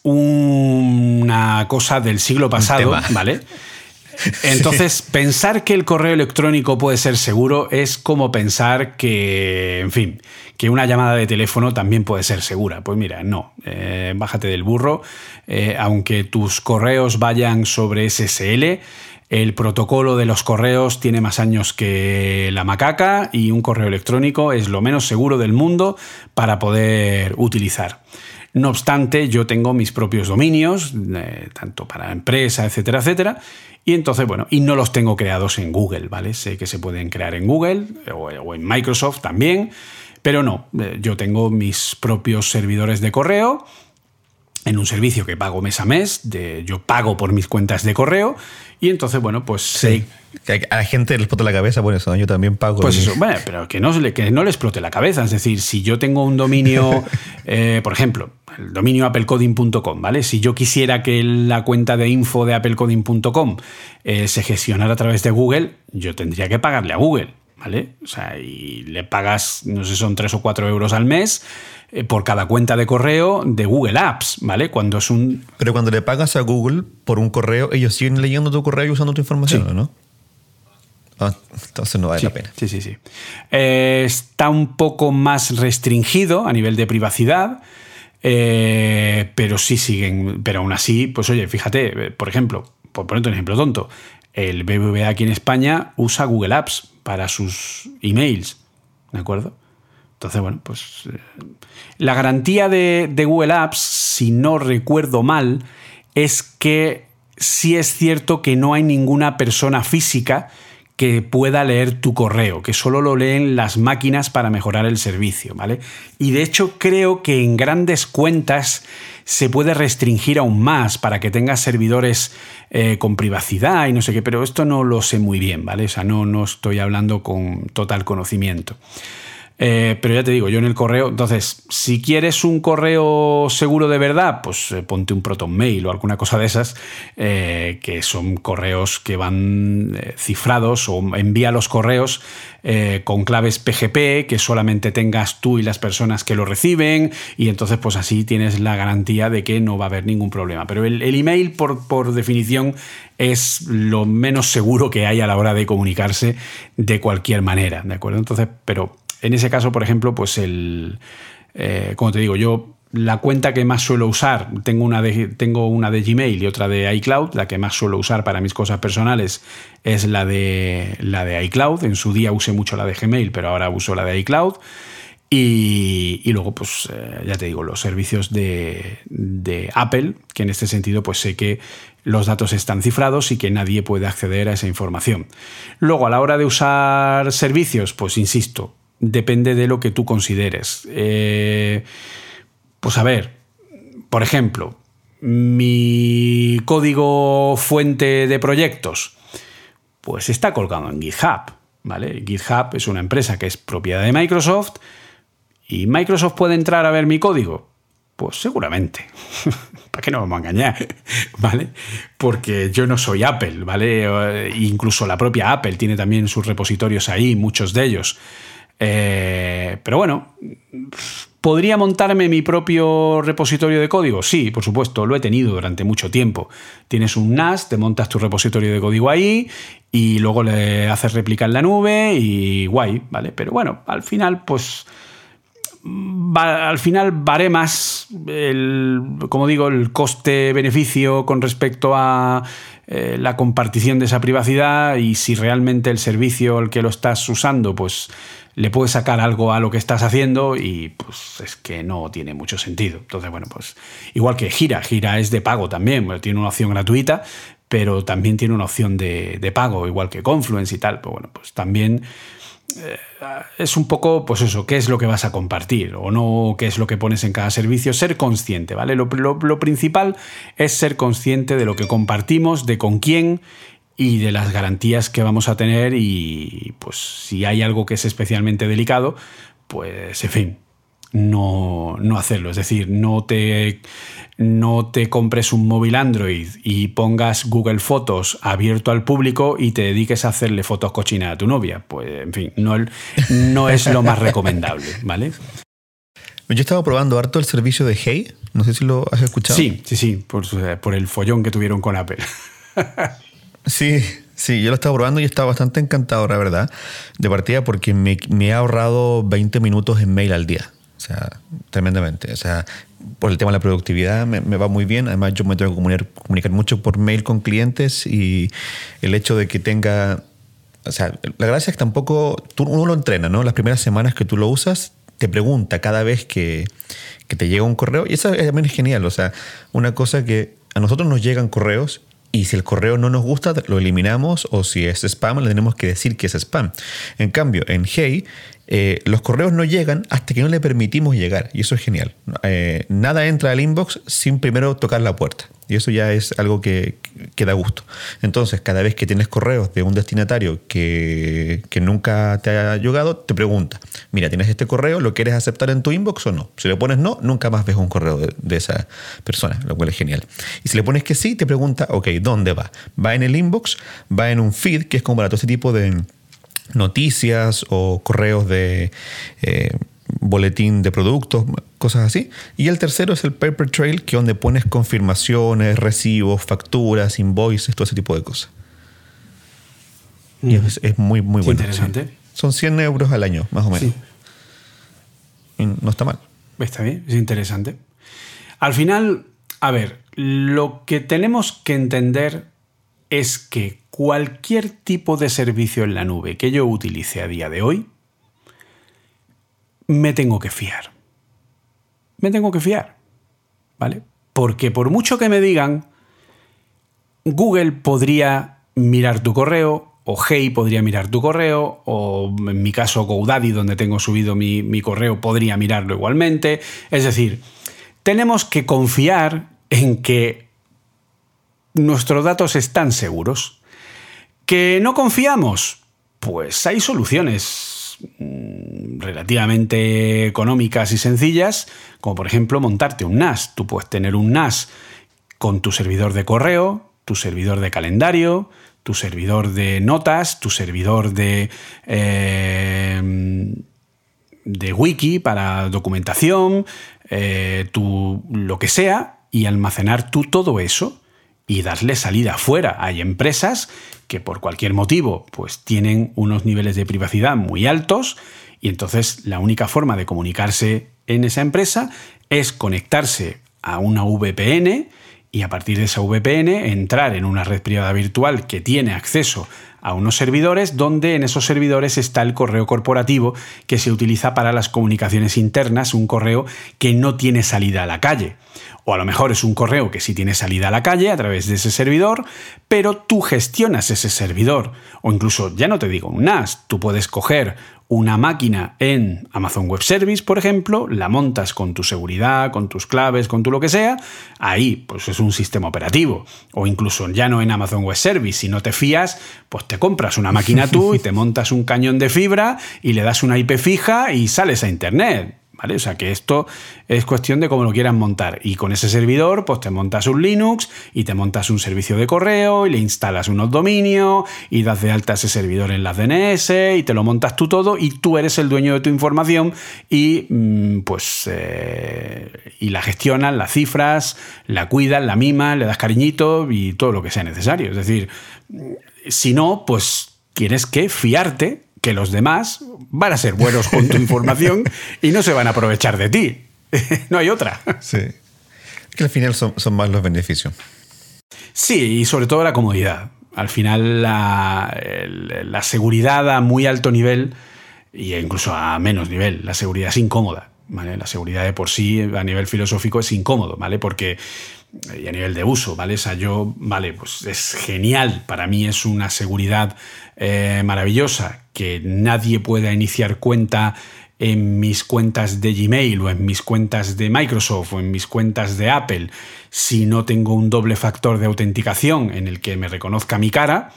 una cosa del siglo pasado, ¿vale? Entonces, sí. Pensar que el correo electrónico puede ser seguro es como pensar que, en fin, que una llamada de teléfono también puede ser segura. Pues mira, no, eh, bájate del burro. Eh, aunque tus correos vayan sobre S S L, el protocolo de los correos tiene más años que la macaca y un correo electrónico es lo menos seguro del mundo para poder utilizar. No obstante, yo tengo mis propios dominios, eh, tanto para empresa, etcétera, etcétera, y entonces, bueno, y no los tengo creados en Google, ¿vale? Sé que se pueden crear en Google o, o en Microsoft también, pero no, eh, yo tengo mis propios servidores de correo en un servicio que pago mes a mes, de, yo pago por mis cuentas de correo, y entonces, bueno, pues... Sí, que a la gente le explota la cabeza por eso, ¿no? Yo también pago. Pues eso, bueno, pero que no, que no le explote la cabeza, es decir, si yo tengo un dominio, eh, por ejemplo, el dominio apple coding punto com, ¿vale? Si yo quisiera que la cuenta de info de apple coding punto com eh, se gestionara a través de Google, yo tendría que pagarle a Google, ¿vale? O sea, y le pagas, no sé, son tres o cuatro euros al mes eh, por cada cuenta de correo de Google Apps, ¿vale? Cuando es un... Pero cuando le pagas a Google por un correo, ellos siguen leyendo tu correo y usando tu información, sí. ¿No? Ah, entonces no vale sí, la pena. Sí, sí, sí. Eh, está un poco más restringido a nivel de privacidad, eh, pero sí siguen, pero aún así, pues oye, fíjate, por ejemplo, por ponerte un ejemplo tonto, el B B V A aquí en España usa Google Apps para sus emails, ¿de acuerdo? Entonces, bueno, pues eh, la garantía de, de Google Apps, si no recuerdo mal, es que sí es cierto que no hay ninguna persona física que pueda leer tu correo, que solo lo leen las máquinas para mejorar el servicio, ¿vale? Y de hecho creo que en grandes cuentas se puede restringir aún más para que tengas servidores eh, con privacidad y no sé qué, pero esto no lo sé muy bien, ¿vale? O sea, no, no estoy hablando con total conocimiento. Eh, pero ya te digo, yo en el correo, entonces, si quieres un correo seguro de verdad, pues eh, ponte un ProtonMail o alguna cosa de esas, eh, que son correos que van eh, cifrados, o envía los correos eh, con claves P G P que solamente tengas tú y las personas que lo reciben, y entonces pues así tienes la garantía de que no va a haber ningún problema. Pero el, el email, por, por definición, es lo menos seguro que hay a la hora de comunicarse de cualquier manera, ¿de acuerdo? Entonces, pero... En ese caso, por ejemplo, pues el, eh, como te digo, yo la cuenta que más suelo usar, tengo una, de, tengo una de Gmail y otra de iCloud. La que más suelo usar para mis cosas personales es la de, la de iCloud. En su día usé mucho la de Gmail, pero ahora uso la de iCloud. Y, y luego, pues eh, ya te digo, los servicios de, de Apple, que en este sentido pues sé que los datos están cifrados y que nadie puede acceder a esa información. Luego, a la hora de usar servicios, pues insisto, depende de lo que tú consideres. Eh, pues a ver, por ejemplo, mi código fuente de proyectos, pues está colgado en GitHub, ¿vale? GitHub es una empresa que es propiedad de Microsoft y Microsoft puede entrar a ver mi código. Pues seguramente. ¿Para qué nos vamos a engañar? ¿Vale? Porque yo no soy Apple, ¿vale? Incluso la propia Apple tiene también sus repositorios ahí, muchos de ellos. Eh, pero bueno, ¿podría montarme mi propio repositorio de código? Sí, por supuesto, lo he tenido durante mucho tiempo. Tienes un N A S, te montas tu repositorio de código ahí y luego le haces réplica en la nube y guay, ¿vale? Pero bueno, al final, pues... Va, al final varé más el, como digo, el coste-beneficio con respecto a eh, la compartición de esa privacidad y si realmente el servicio al que lo estás usando pues le puedes sacar algo a lo que estás haciendo y pues es que no tiene mucho sentido. Entonces, bueno, pues igual que Gira, Gira es de pago también, bueno, tiene una opción gratuita, pero también tiene una opción de, de pago, igual que Confluence y tal. Pues bueno, pues también... Eh, es un poco, pues eso, qué es lo que vas a compartir o no, qué es lo que pones en cada servicio, ser consciente, ¿vale? Lo, lo, lo principal es ser consciente de lo que compartimos, de con quién y de las garantías que vamos a tener y pues si hay algo que es especialmente delicado, pues en fin, no, no hacerlo. Es decir, no te, no te compres un móvil Android y pongas Google Fotos abierto al público y te dediques a hacerle fotos cochinas a tu novia. Pues, en fin, no, no es lo más recomendable, ¿vale? Yo he estado probando harto el servicio de Hey. No sé si lo has escuchado. Sí, sí, sí, por, por el follón que tuvieron con Apple. Sí, sí, yo lo estaba probando y estaba bastante encantado, la verdad, de partida porque me, me he ahorrado veinte minutos en mail al día. O sea, tremendamente. O sea, por el tema de la productividad me, me va muy bien. Además, yo me tengo que comunicar, comunicar mucho por mail con clientes y el hecho de que tenga... O sea, la gracia es que tampoco... Tú, uno lo entrena, ¿no? Las primeras semanas que tú lo usas, te pregunta cada vez que, que te llega un correo. Y eso también es genial. O sea, una cosa que a nosotros nos llegan correos y si el correo no nos gusta, lo eliminamos o si es spam, le tenemos que decir que es spam. En cambio, en Hey... Eh, los correos no llegan hasta que no le permitimos llegar y eso es genial. Eh, nada entra al inbox sin primero tocar la puerta y eso ya es algo que, que da gusto. Entonces cada vez que tienes correos de un destinatario que, que nunca te ha llegado, te pregunta, mira, ¿tienes este correo? ¿Lo quieres aceptar en tu inbox o no? Si le pones no, nunca más ves un correo de, de esa persona, lo cual es genial. Y si le pones que sí, te pregunta, ok, ¿dónde va? ¿Va en el inbox? ¿Va en un feed? Que es como para todo ese tipo de noticias o correos de eh, boletín de productos, cosas así. Y el tercero es el paper trail, que es donde pones confirmaciones, recibos, facturas, invoices, todo ese tipo de cosas. Mm. Y es, es muy, muy bueno. Interesante. Son cien euros al año, más o menos. Sí. Y no está mal. Está bien, es interesante. Al final, a ver, lo que tenemos que entender es que cualquier tipo de servicio en la nube que yo utilice a día de hoy, me tengo que fiar. Me tengo que fiar, ¿vale? Porque por mucho que me digan, Google podría mirar tu correo, o Hey podría mirar tu correo, o en mi caso GoDaddy, donde tengo subido mi, mi correo, podría mirarlo igualmente. Es decir, tenemos que confiar en que nuestros datos están seguros. ¿Que no confiamos? Pues hay soluciones mmm, relativamente económicas y sencillas, como por ejemplo montarte un N A S. Tú puedes tener un N A S con tu servidor de correo, tu servidor de calendario, tu servidor de notas, tu servidor de, eh, de wiki para documentación, eh, tu, lo que sea, y almacenar tú todo eso y darle salida afuera. Hay empresas que por cualquier motivo pues tienen unos niveles de privacidad muy altos y entonces la única forma de comunicarse en esa empresa es conectarse a una V P N y a partir de esa V P N entrar en una red privada virtual que tiene acceso a unos servidores donde en esos servidores está el correo corporativo que se utiliza para las comunicaciones internas, un correo que no tiene salida a la calle. O a lo mejor es un correo que sí tiene salida a la calle a través de ese servidor, pero tú gestionas ese servidor. O incluso, ya no te digo un N A S, tú puedes coger una máquina en Amazon Web Service, por ejemplo, la montas con tu seguridad, con tus claves, con tu lo que sea, ahí pues es un sistema operativo. O incluso ya no en Amazon Web Service, si no te fías, pues te compras una máquina tú y te montas un cañón de fibra y le das una I P fija y sales a Internet. ¿Vale? O sea que esto es cuestión de cómo lo quieras montar. Y con ese servidor, pues te montas un Linux y te montas un servicio de correo y le instalas unos dominios y das de alta ese servidor en las D N S y te lo montas tú todo y tú eres el dueño de tu información y pues eh, y la gestionas, la cifras, la cuidas, la mimas, le das cariñito y todo lo que sea necesario. Es decir, si no, pues tienes que fiarte que los demás van a ser buenos con tu información y no se van a aprovechar de ti. No hay otra. Sí. Es que al final son, son más los beneficios. Sí, y sobre todo la comodidad. Al final la, la seguridad a muy alto nivel e incluso a menos nivel. La seguridad es incómoda, ¿vale? La seguridad de por sí a nivel filosófico es incómodo, ¿vale? Porque y a nivel de uso, ¿vale? O sea, yo, vale, pues es genial. Para mí es una seguridad eh, maravillosa que nadie pueda iniciar cuenta en mis cuentas de Gmail o en mis cuentas de Microsoft o en mis cuentas de Apple si no tengo un doble factor de autenticación en el que me reconozca mi cara.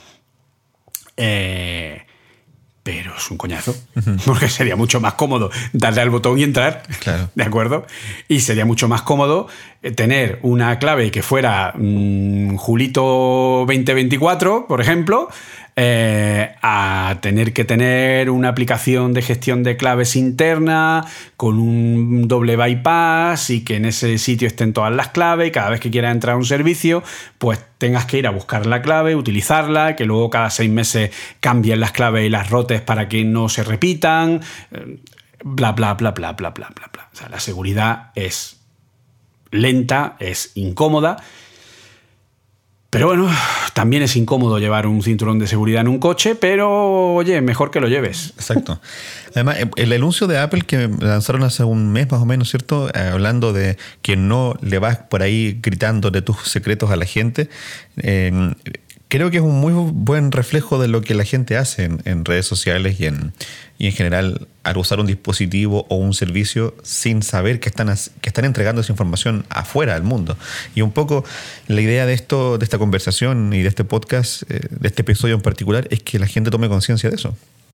Eh, pero es un coñazo, uh-huh. Porque sería mucho más cómodo darle al botón y entrar, claro. ¿De acuerdo? Y sería mucho más cómodo tener una clave que fuera mmm, Julito veinte veinticuatro, por ejemplo, eh, a tener que tener una aplicación de gestión de claves interna con un doble bypass y que en ese sitio estén todas las claves y cada vez que quieras entrar a un servicio, pues tengas que ir a buscar la clave, utilizarla, que luego cada seis meses cambien las claves y las rotes para que no se repitan, bla, bla, bla, bla, bla, bla, bla, bla. O sea, la seguridad es lenta, es incómoda. Pero bueno, también es incómodo llevar un cinturón de seguridad en un coche, pero oye, mejor que lo lleves. Exacto. Además, el anuncio de Apple que lanzaron hace un mes más o menos, ¿cierto? Eh, hablando de que no le vas por ahí gritando de tus secretos a la gente, eh, creo que es un muy buen reflejo de lo que la gente hace en, en redes sociales y en, y en general al usar un dispositivo o un servicio sin saber que están, que están entregando esa información afuera del mundo. Y un poco la idea de esto, de esta conversación y de este podcast, eh, de este episodio en particular, es que la gente tome conciencia de eso.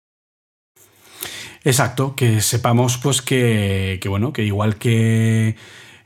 Exacto, que sepamos pues que, que bueno, que igual que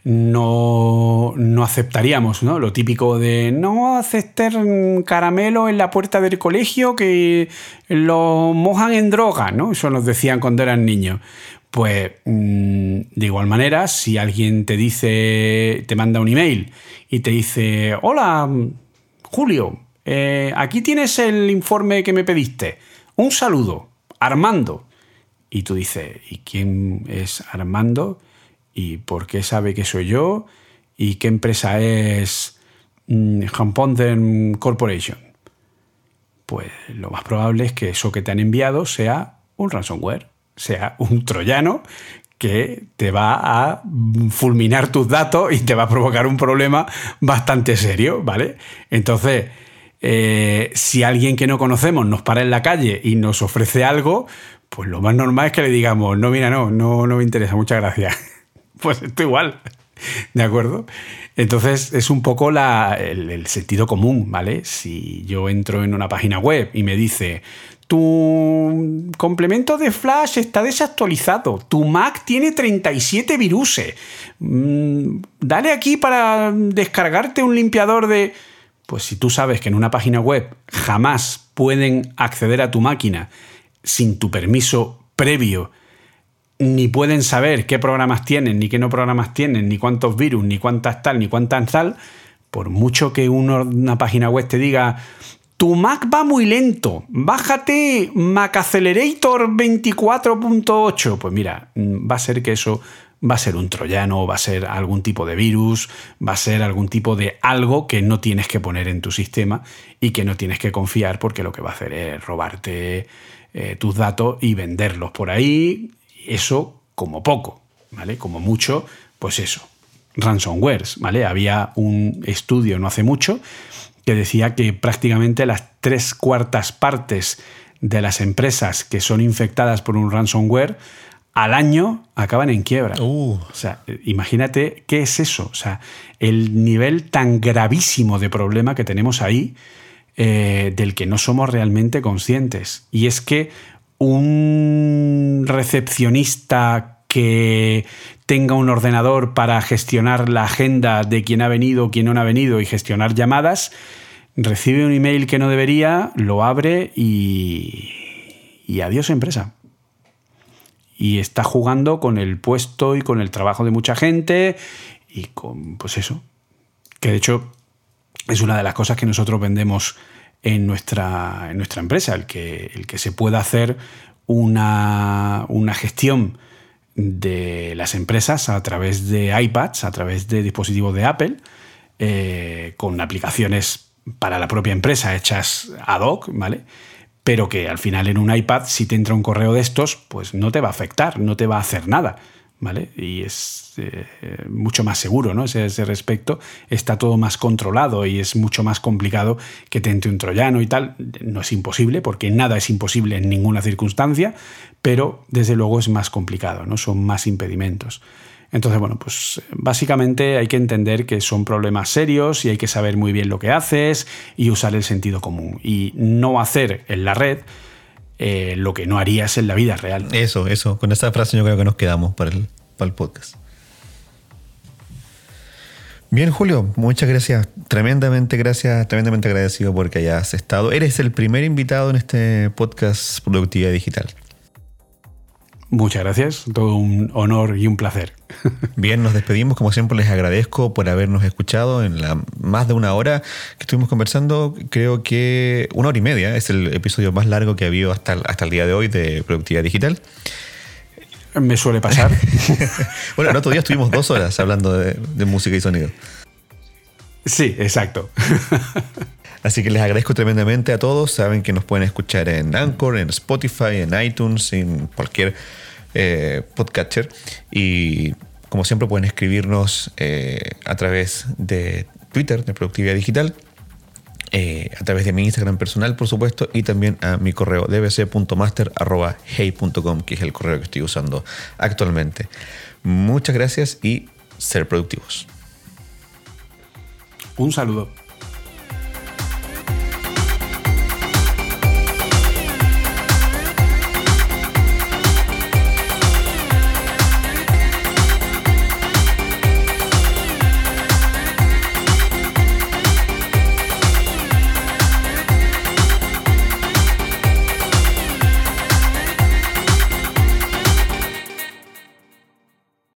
no, no aceptaríamos, ¿no? Lo típico de no aceptar caramelo en la puerta del colegio que lo mojan en droga, ¿no? Eso nos decían cuando eran niños. Pues de igual manera, si alguien te dice, te manda un email y te dice, hola, Julio, eh, aquí tienes el informe que me pediste. Un saludo, Armando. Y tú dices, ¿y quién es Armando? ¿Y por qué sabe que soy yo? ¿Y qué empresa es mm, Hamponden Corporation? Pues lo más probable es que eso que te han enviado sea un ransomware, sea un troyano que te va a fulminar tus datos y te va a provocar un problema bastante serio, ¿vale? Entonces, eh, si alguien que no conocemos nos para en la calle y nos ofrece algo, pues lo más normal es que le digamos, no, mira, no, no, no me interesa, muchas gracias. Pues esto igual, ¿de acuerdo? Entonces es un poco la, el, el sentido común, ¿vale? Si yo entro en una página web y me dice, tu complemento de Flash está desactualizado, tu Mac tiene treinta y siete viruses, mm, dale aquí para descargarte un limpiador de... Pues si tú sabes que en una página web jamás pueden acceder a tu máquina sin tu permiso previo, ni pueden saber qué programas tienen, ni qué no programas tienen, ni cuántos virus, ni cuántas tal, ni cuántas tal, por mucho que uno, una página web te diga, tu Mac va muy lento, bájate Mac Accelerator veinticuatro punto ocho, pues mira, va a ser que eso va a ser un troyano, va a ser algún tipo de virus, va a ser algún tipo de algo que no tienes que poner en tu sistema y que no tienes que confiar porque lo que va a hacer es robarte eh, tus datos y venderlos por ahí. Eso como poco, ¿vale? Como mucho, pues eso. ransomwares, ¿vale? Había un estudio no hace mucho que decía que prácticamente las tres cuartas partes de las empresas que son infectadas por un ransomware al año acaban en quiebra. Uh. O sea, imagínate qué es eso. O sea, el nivel tan gravísimo de problema que tenemos ahí, eh, del que no somos realmente conscientes. Y es que un recepcionista que tenga un ordenador para gestionar la agenda de quién ha venido, quién no ha venido y gestionar llamadas, recibe un email que no debería, lo abre y, y adiós empresa. Y está jugando con el puesto y con el trabajo de mucha gente y con, pues eso, que de hecho es una de las cosas que nosotros vendemos en nuestra, en nuestra empresa, el que, el que se pueda hacer una, una gestión de las empresas a través de iPads, a través de dispositivos de Apple, eh, con aplicaciones para la propia empresa hechas ad hoc, ¿vale? Pero que al final en un iPad, si te entra un correo de estos, pues no te va a afectar, no te va a hacer nada, ¿vale? Y es eh, mucho más seguro, ¿no? Ese, ese respecto está todo más controlado y es mucho más complicado que te entre un troyano y tal. No es imposible, porque nada es imposible en ninguna circunstancia, pero desde luego es más complicado, ¿no? Son más impedimentos. Entonces, bueno, pues básicamente hay que entender que son problemas serios y hay que saber muy bien lo que haces y usar el sentido común y no hacer en la red eh, lo que no harías en la vida real. Eso, eso. Con esa frase yo creo que nos quedamos para el, para el podcast. Bien, Julio, muchas gracias. Tremendamente gracias, tremendamente agradecido porque hayas estado. Eres el primer invitado en este podcast Productividad Digital. Muchas gracias, todo un honor y un placer. Bien, nos despedimos. Como siempre, les agradezco por habernos escuchado en la más de una hora que estuvimos conversando. Creo que una hora y media es el episodio más largo que ha habido hasta, hasta el día de hoy de Productividad Digital. Me suele pasar. Bueno, el otro día estuvimos dos horas hablando de, de música y sonido. Sí, exacto. Así que les agradezco tremendamente a todos. Saben que nos pueden escuchar en Anchor, en Spotify, en iTunes, en cualquier eh, podcatcher. Y como siempre pueden escribirnos eh, a través de Twitter, de Productividad Digital, eh, a través de mi Instagram personal, por supuesto, y también a mi correo d b c punto master arroba hey punto com, que es el correo que estoy usando actualmente. Muchas gracias y ser productivos. Un saludo.